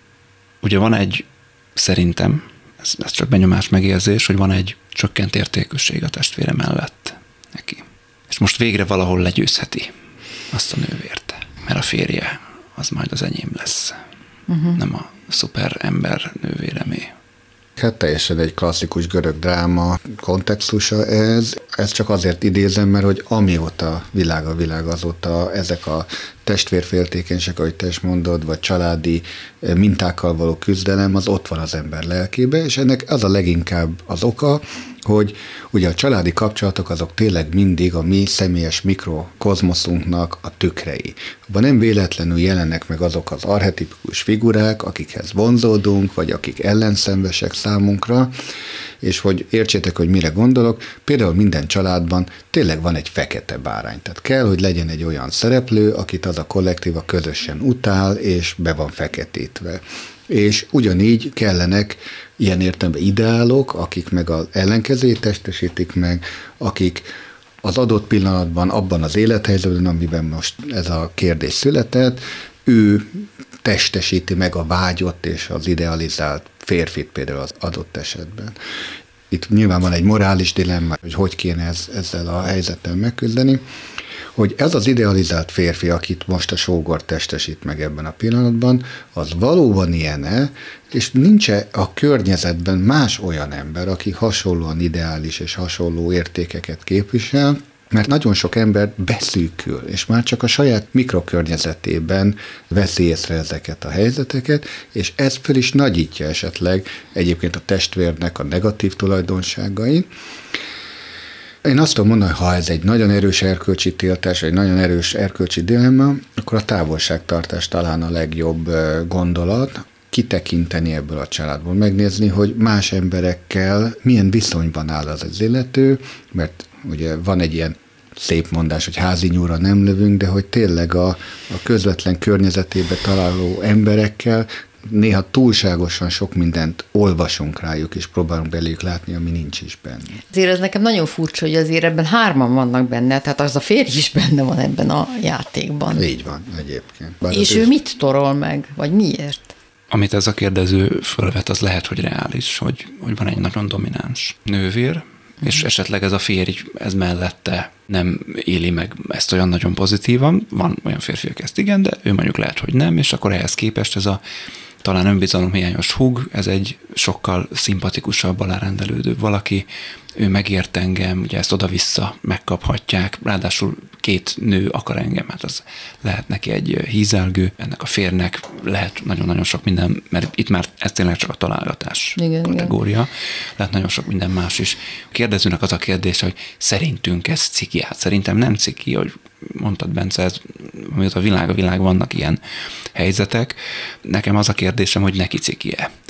Ugye van egy, szerintem, ez, ez csak benyomás megérzés, hogy van egy csökkent értékűség a testvére mellett neki. És most végre valahol legyőzheti azt a nővért, mert a férje az majd az enyém lesz. Uh-huh. Nem a szuper ember nővéremé. Hát teljesen egy klasszikus görög dráma kontextusa ez. Ezt csak azért idézem, mert hogy amióta világ a világ, azóta ezek a testvérféltékenységek, ahogy te is mondod, vagy családi mintákkal való küzdelem, az ott van az ember lelkébe, és ennek az a leginkább az oka, hogy ugye a családi kapcsolatok azok tényleg mindig a mi személyes mikrokozmoszunknak a tükrei. Abban nem véletlenül jelennek meg azok az archetipikus figurák, akikhez vonzódunk, vagy akik ellenszenvesek számunkra, és hogy értsétek, hogy mire gondolok, például minden családban tényleg van egy fekete bárány. Tehát kell, hogy legyen egy olyan szereplő, akit az a kollektíva közösen utál, és be van feketítve. És ugyanígy kellenek ilyen értelemben ideálok, akik meg az ellenkezőjét testesítik meg, akik az adott pillanatban, abban az élethelyzetben, amiben most ez a kérdés született, ő testesíti meg a vágyott és az idealizált férfit például az adott esetben. Itt nyilván van egy morális dilemma, hogy hogy kéne ez, ezzel a helyzettel megküzdeni, hogy ez az idealizált férfi, akit most a sógor testesít meg ebben a pillanatban, az valóban ilyen-e, és nincs-e a környezetben más olyan ember, aki hasonlóan ideális és hasonló értékeket képvisel, mert nagyon sok ember beszűkül, és már csak a saját mikrokörnyezetében veszi észre ezeket a helyzeteket, és ez föl is nagyítja esetleg egyébként a testvérnek a negatív tulajdonságait. Én azt tudom mondani, hogy ha ez egy nagyon erős erkölcsi tiltás, egy nagyon erős erkölcsi dilemma, akkor a távolságtartás talán a legjobb gondolat, kitekinteni ebből a családból, megnézni, hogy más emberekkel milyen viszonyban áll az az illető, mert ugye van egy ilyen szép mondás, hogy házi nyúlra nem lövünk, de hogy tényleg a, a közvetlen környezetébe találó emberekkel néha túlságosan sok mindent olvasunk rájuk, és próbálunk belőlük látni, ami nincs is benne. Azért ez nekem nagyon furcsa, hogy azért ebben hárman vannak benne, tehát az a férj is benne van ebben a játékban. Így van, egyébként. Bár és ő, ő mit torol meg, vagy miért? Amit ez a kérdező fölvet, az lehet, hogy reális, hogy, hogy van egy nagyon domináns nővér, uh-huh. és esetleg ez a férj, ez mellette nem éli meg ezt olyan nagyon pozitívan, van olyan férfi, aki ezt igen, de ő mondjuk lehet, hogy nem, és akkor ehhez képest ez a talán önbizalomhiányos húg, ez egy sokkal szimpatikusabb, alárendelődőbb valaki, ő megért engem, ugye ezt oda-vissza megkaphatják, ráadásul két nő akar engem, hát az lehet neki egy hízelgő, ennek a férnek lehet nagyon-nagyon sok minden, mert itt már ez tényleg csak a találgatás igen, kategória, igen. Lehet nagyon sok minden más is. A kérdezőnek az a kérdés, hogy szerintünk ez ciki, hát szerintem nem ciki, hogy mondtad, Bence, ez, mióta a világ a világ vannak ilyen helyzetek. Nekem az a kérdésem, hogy neki ciki-e.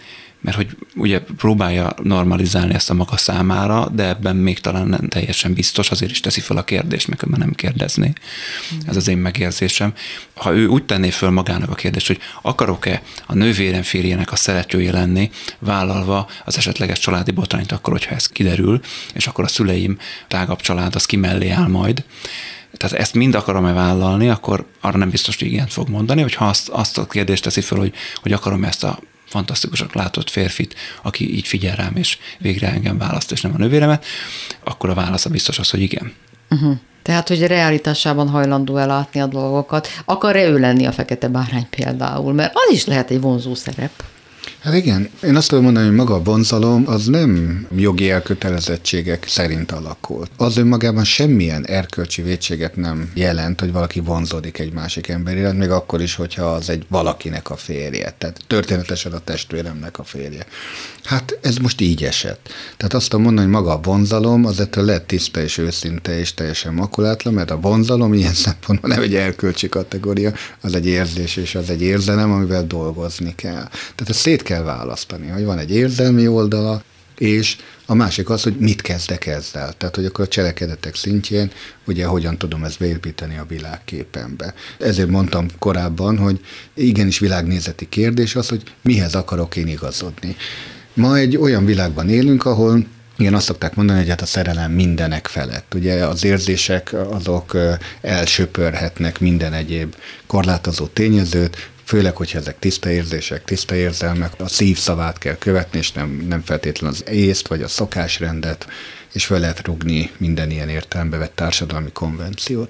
mert hogy ugye próbálja normalizálni ezt a maga számára, de ebben még talán nem teljesen biztos, azért is teszi fel a kérdést, mert nem kérdezni. Ez az én megérzésem. Ha ő úgy tenné föl magának a kérdést, hogy akarok-e a nővérem férjének a szeretője lenni, vállalva az esetleges családi botrányt akkor, hogyha ez kiderül, és akkor a szüleim tágabb család az ki mellé áll majd. Tehát ezt mind akarom-e vállalni, akkor arra nem biztos, hogy igent fog mondani, hogy ha azt, azt a kérdést teszi föl, hogy, hogy akarom ezt a fantasztikusak látott férfit, aki így figyel rám, és végre engem választ, és nem a nővéremet, akkor a válasza biztos az, hogy igen. Uh-huh. Tehát, hogy realitásában hajlandó ellátni a dolgokat. Akar-e ő lenni a fekete bárány például? Mert az is lehet egy vonzó szerep. Hát igen, én azt tudom mondani, hogy maga a vonzalom az nem jogi elkötelezettségek szerint alakult. Az önmagában semmilyen erkölcsi vétséget nem jelent, hogy valaki vonzódik egy másik ember iránt, még akkor is, hogyha az egy valakinek a férje, tehát történetesen a testvéremnek a férje. Hát ez most így esett. Tehát azt tudom mondani, hogy maga a vonzalom az ettől lett tiszta és őszinte és teljesen makulátlan, mert a vonzalom ilyen szempontból nem egy erkölcsi kategória, az egy érzés és az egy érzelem, amivel dolgozni kell. Tehát ezt szét kell választani, hogy van egy érzelmi oldala, és a másik az, hogy mit kezdek ezzel. Tehát, hogy akkor a cselekedetek szintjén, ugye hogyan tudom ezt beépíteni a világképembe. Ezért mondtam korábban, hogy igenis világnézeti kérdés az, hogy mihez akarok én igazodni. Ma egy olyan világban élünk, ahol igen, azt szokták mondani, hogy hát a szerelem mindenek felett. Ugye az érzések azok elsöpörhetnek minden egyéb korlátozó tényezőt, főleg, hogyha ezek tiszta érzések, tiszta érzelmek, a szív szavát kell követni, és nem, nem feltétlenül az észt, vagy a szokásrendet, és fel lehet rúgni minden ilyen értelembe vett társadalmi konvenciót.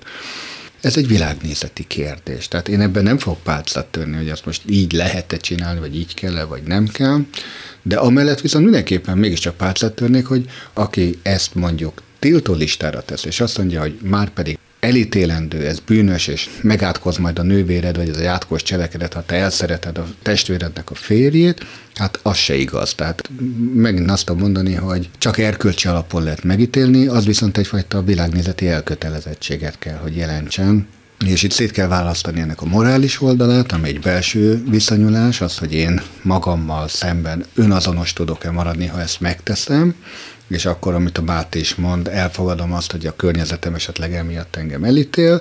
Ez egy világnézeti kérdés. Tehát én ebben nem fogok pálcát törni, hogy azt most így lehet-e csinálni, vagy így kell-e, vagy nem kell, de amellett viszont mindenképpen mégiscsak pálcát törnék, hogy aki ezt mondjuk tiltó listára tesz, és azt mondja, hogy már pedig elítélendő, ez bűnös, és megátkoz majd a nővéred, vagy ez egy átkos cselekedet, ha te elszereted a testvérednek a férjét, hát az se igaz. Tehát megint azt tudom mondani, hogy csak erkölcsi alapon lehet megítélni, az viszont egyfajta világnézeti elkötelezettséget kell, hogy jelentsen. És itt szét kell választani ennek a morális oldalát, ami egy belső viszonyulás, az, hogy én magammal szemben önazonos tudok-e maradni, ha ezt megteszem, és akkor, amit a Máté is mond, elfogadom azt, hogy a környezetem esetleg emiatt engem elítél,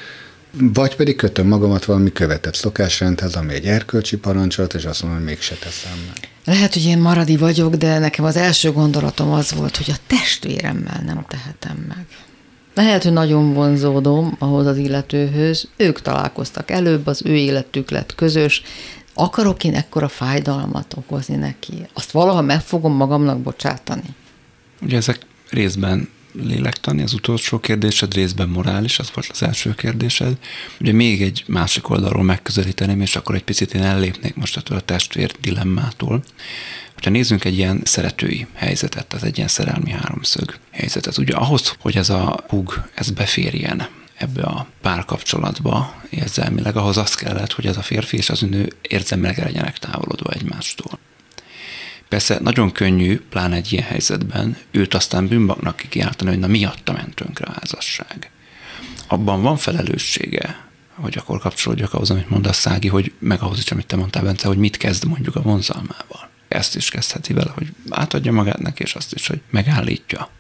vagy pedig kötöm magamat valami követett szokásrendhez, ami egy erkölcsi parancsolat, és azt mondom, hogy mégse teszem meg. Lehet, hogy én maradi vagyok, de nekem az első gondolatom az volt, hogy a testvéremmel nem tehetem meg. Lehet, hogy nagyon vonzódom ahhoz az illetőhöz, ők találkoztak előbb, az ő életük lett közös, akarok én ekkora fájdalmat okozni neki? Azt valaha meg fogom magamnak bocsátani? Ugye ezek részben lélektani, az utolsó kérdésed, részben morális, az volt az első kérdésed. Ugye még egy másik oldalról megközelíteném, és akkor egy picit én ellépnék most ettől a testvér dilemmától. Hogyha nézzünk egy ilyen szeretői helyzetet, tehát egy ilyen szerelmi háromszög helyzetet, ugye ahhoz, hogy ez a húg, ez beférjen ebbe a párkapcsolatba érzelmileg, ahhoz az kellett, hogy ez a férfi és az nő érzelmileg el legyenek távolodva egymástól. Persze nagyon könnyű, pláne egy ilyen helyzetben, őt aztán bűnbaknak kikiáltani, hogy na miatta ment tönkre a házasság. Abban van felelőssége, hogy akkor kapcsolódjak ahhoz, amit mondasz, Szági, hogy meg ahhoz is, amit te mondtál, Bence, hogy mit kezd mondjuk a vonzalmával. Ezt is kezdheti vele, hogy átadja magát neki, és azt is, hogy megállítja.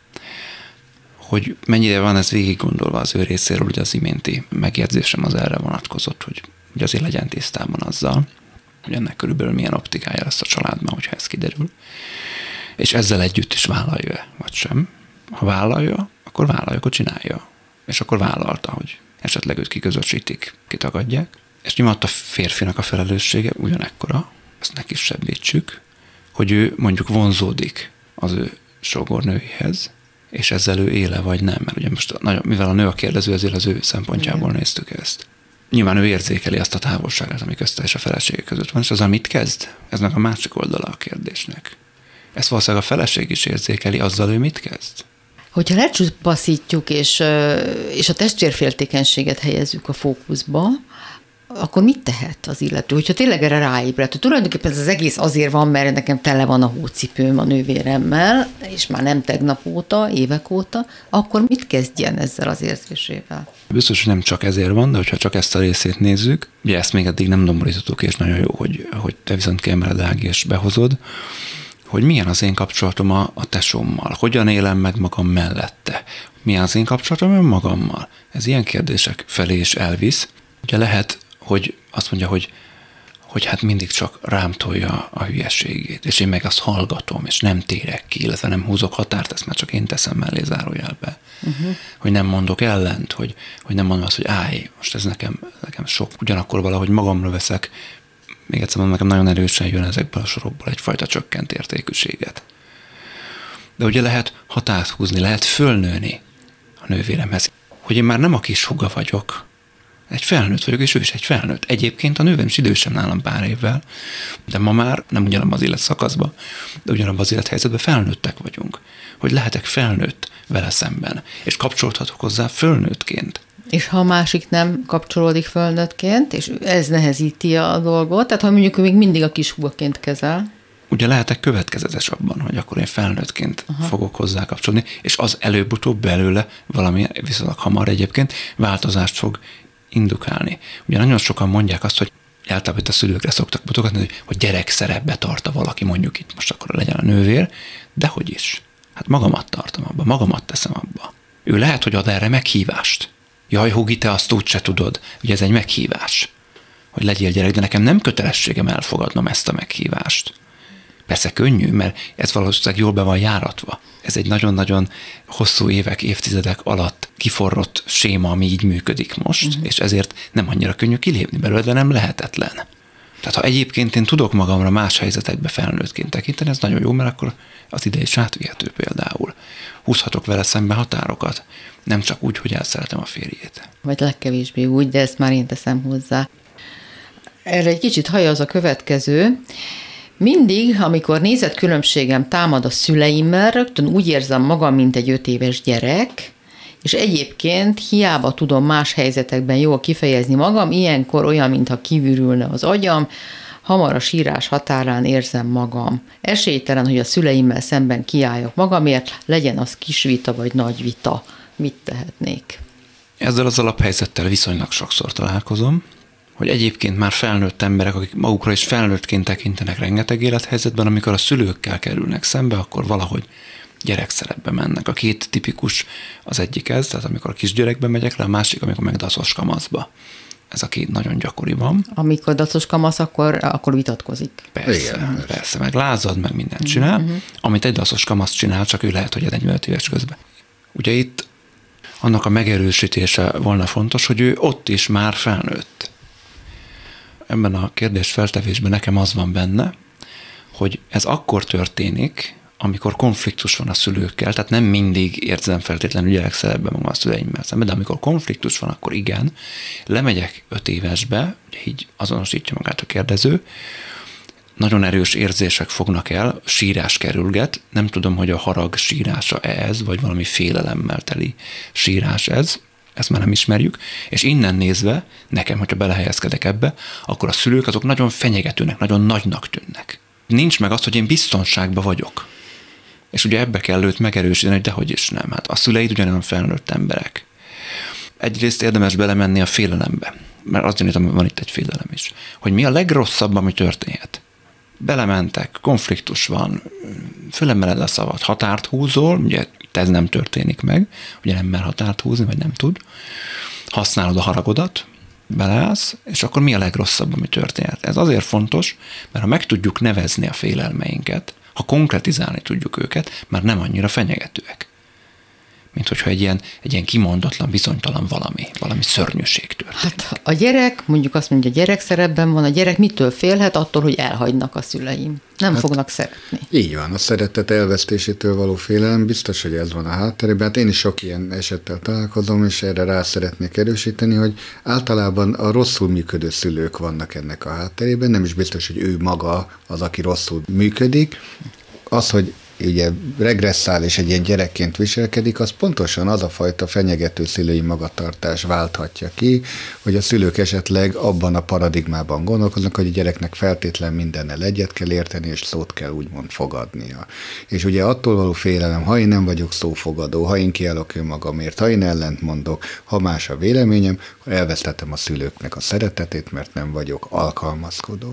Hogy mennyire van ez végig gondolva az ő részéről, ugye az iménti megérzésem az erre vonatkozott, hogy, hogy azért legyen tisztában azzal, hogy ennek körülbelül milyen optikája lesz a családban, hogyha ez kiderül. És ezzel együtt is vállalja, vagy sem. Ha vállalja, akkor vállalja, akkor csinálja. És akkor vállalta, hogy esetleg őt kiközösítik, kitagadják. És nyilván a férfinak a felelőssége ugyanekkora, ezt ne kisebbítsük, hogy ő mondjuk vonzódik az ő sógornőihez, és ezzel ő éle vagy nem. Mert ugye most, nagyon, mivel a nő a kérdező, ezért az ő szempontjából néztük ezt. Nyilván ő érzékeli azt a távolságát, ami közte és a felesége között van, és azzal mit kezd? Ez meg a másik oldala a kérdésnek. Ezt valószínűleg a feleség is érzékeli, azzal ő mit kezd? Hogyha lecsupaszítjuk, és, és a testvérféltékenységet helyezzük a fókuszba, akkor mit tehet az illető? Hogyha tényleg erre ráébredt, hogy tulajdonképpen ez az egész azért van, mert nekem tele van a hócipőm a nővéremmel, és már nem tegnap óta, évek óta, akkor mit kezdjen ezzel az érzésével? Biztos, hogy nem csak ezért van, de hogyha csak ezt a részét nézzük, ugye ezt még eddig nem domborítottuk, és nagyon jó, hogy, hogy te viszont kiemeled, Ági, és behozod, hogy milyen az én kapcsolatom a, a tesómmal, hogyan élem meg magam mellette, milyen az én kapcsolatom önmagammal. Ez ilyen kérdések felé is elvisz. Ugye lehet, hogy azt mondja, hogy, hogy hát mindig csak rám tolja a hülyeségét, és én meg azt hallgatom, és nem térek ki, illetve nem húzok határt, ezt már csak én teszem mellé zárójelbe. Uh-huh. Hogy nem mondok ellent, hogy, hogy nem mondom azt, hogy állj, most ez nekem, nekem sok. Ugyanakkor valahogy magamra veszek, még egyszer mondom, nekem nagyon erősen jön ezekből a sorokból egyfajta csökkent értékűséget. De ugye lehet határt húzni, lehet fölnőni a nővéremhez, hogy én már nem a kis húga vagyok, egy felnőtt vagyok, és ő is egy felnőtt. Egyébként a nővérem is idősebb nálam pár évvel, de ma már nem ugyanabban az életszakaszban, de ugyanabban az élethelyzetben felnőttek vagyunk. Hogy lehetek felnőtt vele szemben, és kapcsolódhatok hozzá fölnőttként. És ha a másik nem kapcsolódik fölnőttként, és ez nehezíti a dolgot, tehát ha mondjuk ő még mindig a kis húgaként kezel. Ugye lehetek következetes abban, hogy akkor én felnőttként Aha. fogok hozzá kapcsolódni, és az előbb-utóbb belőle valami viszonylag hamar egyébként változást fog indukálni. Ugye nagyon sokan mondják azt, hogy általában itt a szülőkre szoktak mutogatni, hogy, hogy gyerek szerepbe tart valaki, mondjuk itt most akkor legyen a nővér, de hogy is. Hát magamat tartom abba, magamat teszem abba. Ő lehet, hogy ad erre meghívást. Jaj, Hugi, te azt úgyse tudod. Ugye ez egy meghívás, hogy legyél gyerek, de nekem nem kötelességem elfogadnom ezt a meghívást. Persze könnyű, mert ez valószínűleg jól be van járatva. Ez egy nagyon-nagyon hosszú évek, évtizedek alatt kiforrott séma, ami így működik most, uh-huh. és ezért nem annyira könnyű kilépni belőle, de nem lehetetlen. Tehát ha egyébként én tudok magamra más helyzetekbe felnőttként tekinteni, ez nagyon jó, mert akkor az ide is átvihető például. Húzhatok vele szembe határokat, nem csak úgy, hogy elszeretem a férjét. Vagy legkevésbé úgy, de ezt már én teszem hozzá. Erre egy kicsit hallja az a következő. Mindig, amikor nézetkülönbségem támad a szüleimmel, rögtön úgy érzem magam, mint egy öt éves gyerek, és egyébként hiába tudom más helyzetekben jól kifejezni magam, ilyenkor olyan, mintha kivürülne az agyam, hamar a sírás határán érzem magam. Esélytelen, hogy a szüleimmel szemben kiálljak magamért, legyen az kis vita vagy nagy vita. Mit tehetnék? Ezzel az alaphelyzettel viszonylag sokszor találkozom, hogy egyébként már felnőtt emberek, akik magukra is felnőttként tekintenek rengeteg élethelyzetben, amikor a szülőkkel kerülnek szembe, akkor valahogy gyerekszerepbe mennek. A két tipikus az egyik ez, tehát amikor a kisgyerekbe megyek le, a másik, amikor meg dacos kamaszba. Ez a két nagyon gyakori van. Amikor dacos kamasz, akkor, akkor vitatkozik. Persze, Igen. persze, meg lázad, meg mindent csinál, uh-huh. amit egy dacos kamasz csinál, csak ő lehet, hogy negyvenöt éves közben. Ugye itt annak a megerősítése volna fontos, hogy ő ott is már felnőtt. Ebben a kérdés feltevésben nekem az van benne, hogy ez akkor történik, amikor konfliktus van a szülőkkel, tehát nem mindig érzem feltétlenül gyerekszerepben magam a szüleimmel szemben, de amikor konfliktus van, akkor igen, lemegyek öt évesbe, ugye így azonosítja magát a kérdező, nagyon erős érzések fognak el, sírás kerülget, nem tudom, hogy a harag sírása ez, vagy valami félelemmel teli sírás ez, ezt már nem ismerjük, és innen nézve, nekem, hogyha belehelyezkedek ebbe, akkor a szülők azok nagyon fenyegetőnek, nagyon nagynak tűnnek. Nincs meg az, hogy én biztonságban vagyok. És ugye ebbe kell őt megerősíteni, hogy dehogy is nem. Hát a szüleid ugyanolyan felnőtt emberek. Egyrészt érdemes belemenni a félelembe, mert azt gyanítom, hogy van itt egy félelem is. Hogy mi a legrosszabb, ami történhet. Belementek, konfliktus van, fölemeled a szavat, határt húzol, ugye ez nem történik meg, ugye nem mer határt húzni, vagy nem tud. Használod a haragodat, beleállsz, és akkor mi a legrosszabb, ami történhet. Ez azért fontos, mert ha meg tudjuk nevezni a félelmeinket, ha konkretizálni tudjuk őket, már nem annyira fenyegetőek. Mint hogyha egy ilyen, egy ilyen kimondatlan, bizonytalan valami, valami szörnyűség történik. Hát a gyerek, mondjuk azt mondja, gyerek szerepben van, a gyerek mitől félhet? Attól, hogy elhagynak a szüleim. Nem hát, fognak szeretni. Így van, a szeretet elvesztésétől való félelem, biztos, hogy ez van a hátterében. Hát én is sok ilyen esettel találkozom, és erre rá szeretnék erősíteni, hogy általában a rosszul működő szülők vannak ennek a hátterében, nem is biztos, hogy ő maga az, aki rosszul működik. Az, hogy ugye regresszál és egy ilyen gyerekként viselkedik, az pontosan az a fajta fenyegető szülői magatartás válthatja ki, hogy a szülők esetleg abban a paradigmában gondolkoznak, hogy a gyereknek feltétlen mindennel egyet kell érteni, és szót kell úgymond fogadnia. És ugye attól való félelem, ha én nem vagyok szófogadó, ha én kiállok önmagamért, ha én ellent mondok, ha más a véleményem, akkor elvesztettem a szülőknek a szeretetét, mert nem vagyok alkalmazkodó.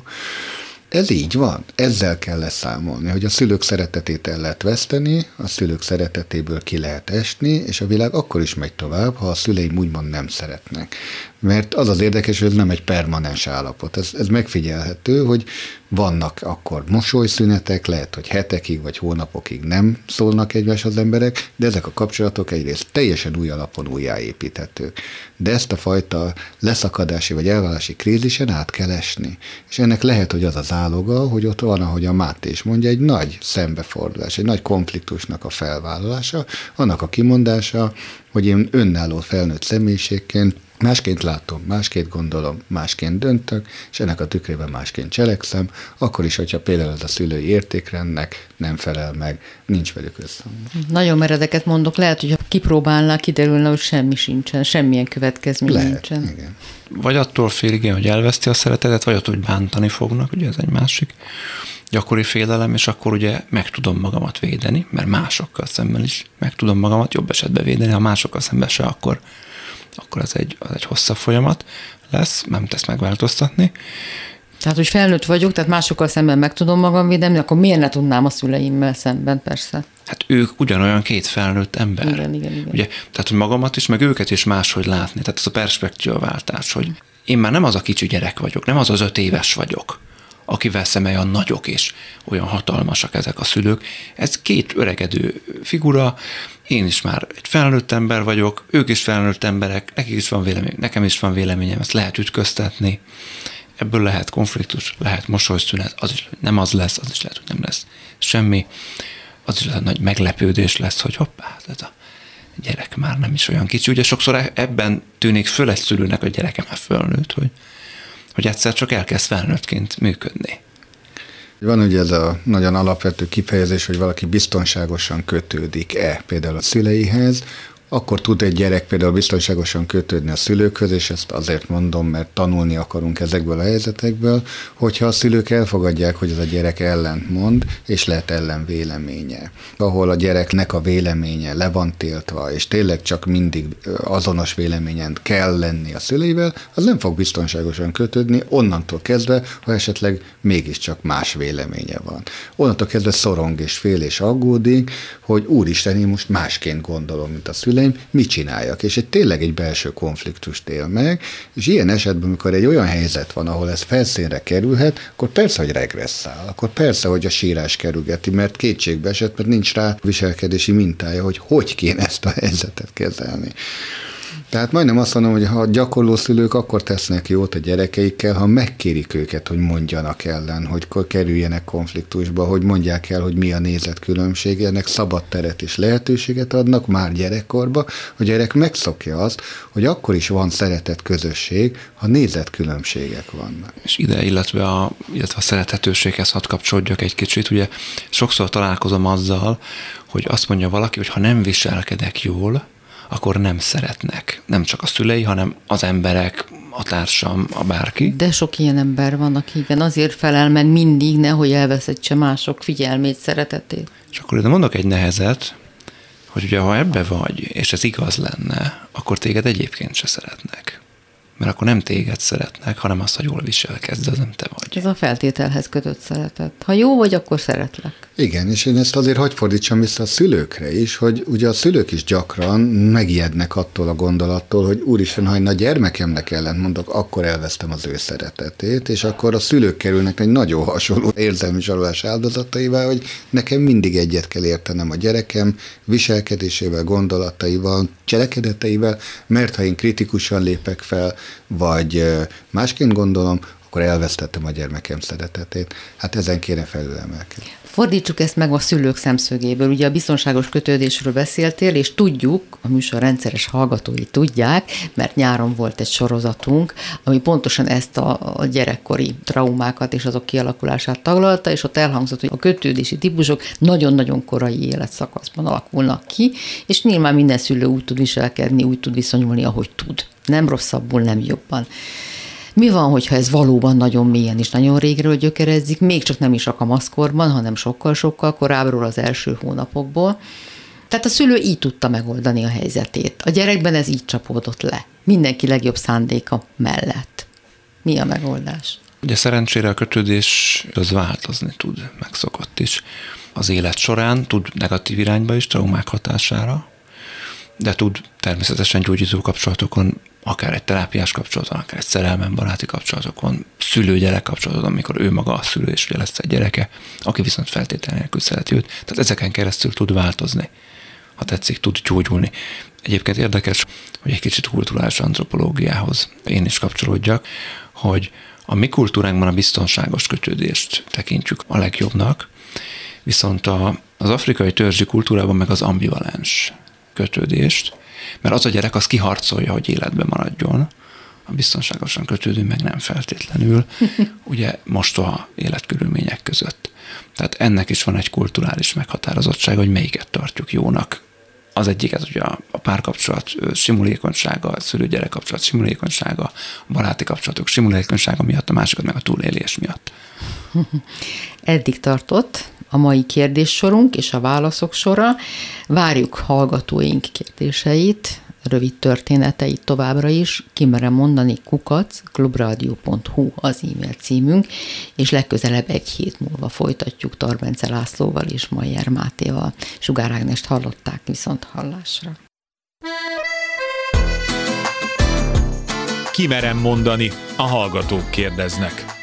Ez így van, ezzel kell leszámolni, hogy a szülők szeretetét el lehet veszteni, a szülők szeretetéből ki lehet esni, és a világ akkor is megy tovább, ha a szüleim úgymond nem szeretnek. Mert az az érdekes, hogy ez nem egy permanens állapot. Ez, ez megfigyelhető, hogy vannak akkor mosolyszünetek, lehet, hogy hetekig vagy hónapokig nem szólnak egymáshoz az emberek, de ezek a kapcsolatok egyrészt teljesen új alapon újjáépíthetők. De ezt a fajta leszakadási vagy elválási krízisen át kell esni. És ennek lehet, hogy az az áloga, hogy ott van, ahogy a Máté is mondja, egy nagy szembefordulás, egy nagy konfliktusnak a felvállalása, annak a kimondása, hogy én önálló felnőtt személyiségként másként látom, másként gondolom, másként döntök, és ennek a tükrében másként cselekszem, akkor is, hogyha például ez a szülői értékrendnek nem felel meg, nincs velük összhangban. Nagyon meredeket mondok, lehet, hogy ha kipróbálnák, kiderülne, hogy semmi sincsen, semmilyen következmény lehet, nincsen. Igen. Vagy attól fél, igen, hogy elveszti a szeretetet, vagy attól, hogy bántani fognak, ugye ez egy másik gyakori félelem, és akkor ugye meg tudom magamat védeni, mert másokkal szemben is meg tudom magamat jobb esetben védeni, ha másokkal szemben se, akkor, akkor ez egy, az egy hosszabb folyamat lesz, nem tesz megváltoztatni. Tehát, hogy felnőtt vagyok, tehát másokkal szemben meg tudom magam védeni, akkor miért ne tudnám a szüleimmel szemben, persze. Hát ők ugyanolyan két felnőtt ember. Igen, igen, igen. Ugye, tehát, hogy magamat is, meg őket is máshogy látni. Tehát ez a perspektívaváltás, hogy én már nem az a kicsi gyerek vagyok, nem az az öt éves vagyok, akivel szemben olyan nagyok és olyan hatalmasak ezek a szülők. Ez két öregedő figura, én is már egy felnőtt ember vagyok, ők is felnőtt emberek, nekik is van vélemény, nekem is van véleményem, ezt lehet ütköztetni. Ebből lehet konfliktus, lehet mosolyszünet, az is nem az lesz, az is lehet, hogy nem lesz semmi. Az is lehet, nagy meglepődés lesz, hogy hoppá, ez a gyerek már nem is olyan kicsi. Ugye sokszor ebben tűnik föl egy szülőnek, hogy gyereke már fölnőtt, hogy, hogy egyszer csak elkezd felnőttként működni. Van ugye ez a nagyon alapvető kifejezés, hogy valaki biztonságosan kötődik-e például a szüleihez, akkor tud egy gyerek például biztonságosan kötődni a szülőkhöz, és ezt azért mondom, mert tanulni akarunk ezekből a helyzetekből, hogyha a szülők elfogadják, hogy ez a gyerek ellentmond, és lehet ellenvéleménye. Ahol a gyereknek a véleménye le van tiltva, és tényleg csak mindig azonos véleményen kell lenni a szüleivel, az nem fog biztonságosan kötődni, onnantól kezdve, ha esetleg mégiscsak más véleménye van. Onnantól kezdve szorong és fél és aggódik, hogy úristen, én most másként gondolom, mint a szülő, mit csináljak, és egy tényleg egy belső konfliktust él meg, és ilyen esetben, amikor egy olyan helyzet van, ahol ez felszínre kerülhet, akkor persze, hogy regresszál, akkor persze, hogy a sírás kerülgeti, mert kétségbe esett, mert nincs rá viselkedési mintája, hogy hogy kéne ezt a helyzetet kezelni. Tehát majdnem azt mondom, hogy ha a gyakorló szülők akkor tesznek jót a gyerekeikkel, ha megkérik őket, hogy mondjanak ellen, hogy kerüljenek konfliktusba, hogy mondják el, hogy mi a nézetkülönbség, ennek szabad teret és lehetőséget adnak már gyerekkorba, hogy a gyerek megszokja azt, hogy akkor is van szeretett közösség, ha nézetkülönbségek vannak. És ide, illetve a, illetve a szerethetőséghez hadd kapcsolódjak egy kicsit, ugye sokszor találkozom azzal, hogy azt mondja valaki, hogy ha nem viselkedek jól, akkor nem szeretnek. Nem csak a szülei, hanem az emberek, a társam, a bárki. De sok ilyen ember van, aki igen, azért felel meg mindig, nehogy elveszítse mások figyelmét, szeretetét. És akkor ide mondok egy nehezet, hogy ugye ha ebbe vagy, és ez igaz lenne, akkor téged egyébként se szeretnek. Mert akkor nem téged szeretnek, hanem azt, ha jól viselkedsz, de az nem te vagy. Ez a feltételhez kötött szeretet. Ha jó vagy, akkor szeretlek. Igen, és én ezt azért hagy fordítsam vissza a szülőkre is, hogy ugye a szülők is gyakran megijednek attól a gondolattól, hogy úristen, ha én a gyermekemnek ellent mondok, akkor elvesztem az ő szeretetét, és akkor a szülők kerülnek egy nagyon hasonló érzelmi zsarolás áldozataival, hogy nekem mindig egyet kell értenem a gyerekem viselkedésével, gondolataival, cselekedeteivel, mert ha én kritikusan lépek fel, vagy másként gondolom, akkor elvesztettem a gyermekem szeretetét. Hát ezen kéne felülemelkedni. Fordítsuk ezt meg a szülők szemszögéből. Ugye a biztonságos kötődésről beszéltél, és tudjuk, a műsor rendszeres hallgatói tudják, mert nyáron volt egy sorozatunk, ami pontosan ezt a, a gyerekkori traumákat és azok kialakulását taglalta, és ott elhangzott, hogy a kötődési típusok nagyon-nagyon korai életszakaszban alakulnak ki, és nyilván minden szülő úgy tud viselkedni, úgy tud viszonyulni, ahogy tud. Nem rosszabbul, nem jobban. Mi van, hogyha ez valóban nagyon mélyen és nagyon régről gyökerezik, még csak nem is a kamaszkorban, hanem sokkal-sokkal korábbról, az első hónapokból. Tehát a szülő így tudta megoldani a helyzetét. A gyerekben ez így csapódott le. Mindenki legjobb szándéka mellett. Mi a megoldás? Ugye szerencsére a kötődés az változni tud, megszokott is. Az élet során tud negatív irányba is, traumák hatására, de tud természetesen gyógyító kapcsolatokon, akár egy terápiás kapcsolaton, akár egy szerelmen baráti kapcsolatokon, szülő-gyerek kapcsolaton, amikor ő maga a szülő, és ugye lesz egy gyereke, aki viszont feltétlenül nélkül szereti őt. Tehát ezeken keresztül tud változni, ha tetszik, tud gyógyulni. Egyébként érdekes, hogy egy kicsit kulturális antropológiához én is kapcsolódjak, hogy a mi kultúránkban a biztonságos kötődést tekintjük a legjobbnak, viszont a, az afrikai törzsi kultúrában meg az ambivalens kötődést, mert az a gyerek az kiharcolja, hogy életben maradjon, a biztonságosan kötődő meg nem feltétlenül, ugye mostoha életkörülmények között. Tehát ennek is van egy kulturális meghatározottság, hogy melyiket tartjuk jónak. Az egyik, ez ugye a párkapcsolat simulékonysága, a szülő-gyerek kapcsolat simulékonysága, a baráti kapcsolatok simulékonysága miatt, a másikat meg a túlélés miatt. Eddig tartott a mai kérdéssorunk és a válaszok sora. Várjuk hallgatóink kérdéseit, rövid történeteit továbbra is. Kimerem mondani, kukac klubrádió pont hu az e-mail címünk, és legközelebb egy hét múlva folytatjuk Tarbence Lászlóval és Mayer Mátéval. Sugár Ágnest hallották, viszont hallásra. Kimerem mondani, a hallgatók kérdeznek.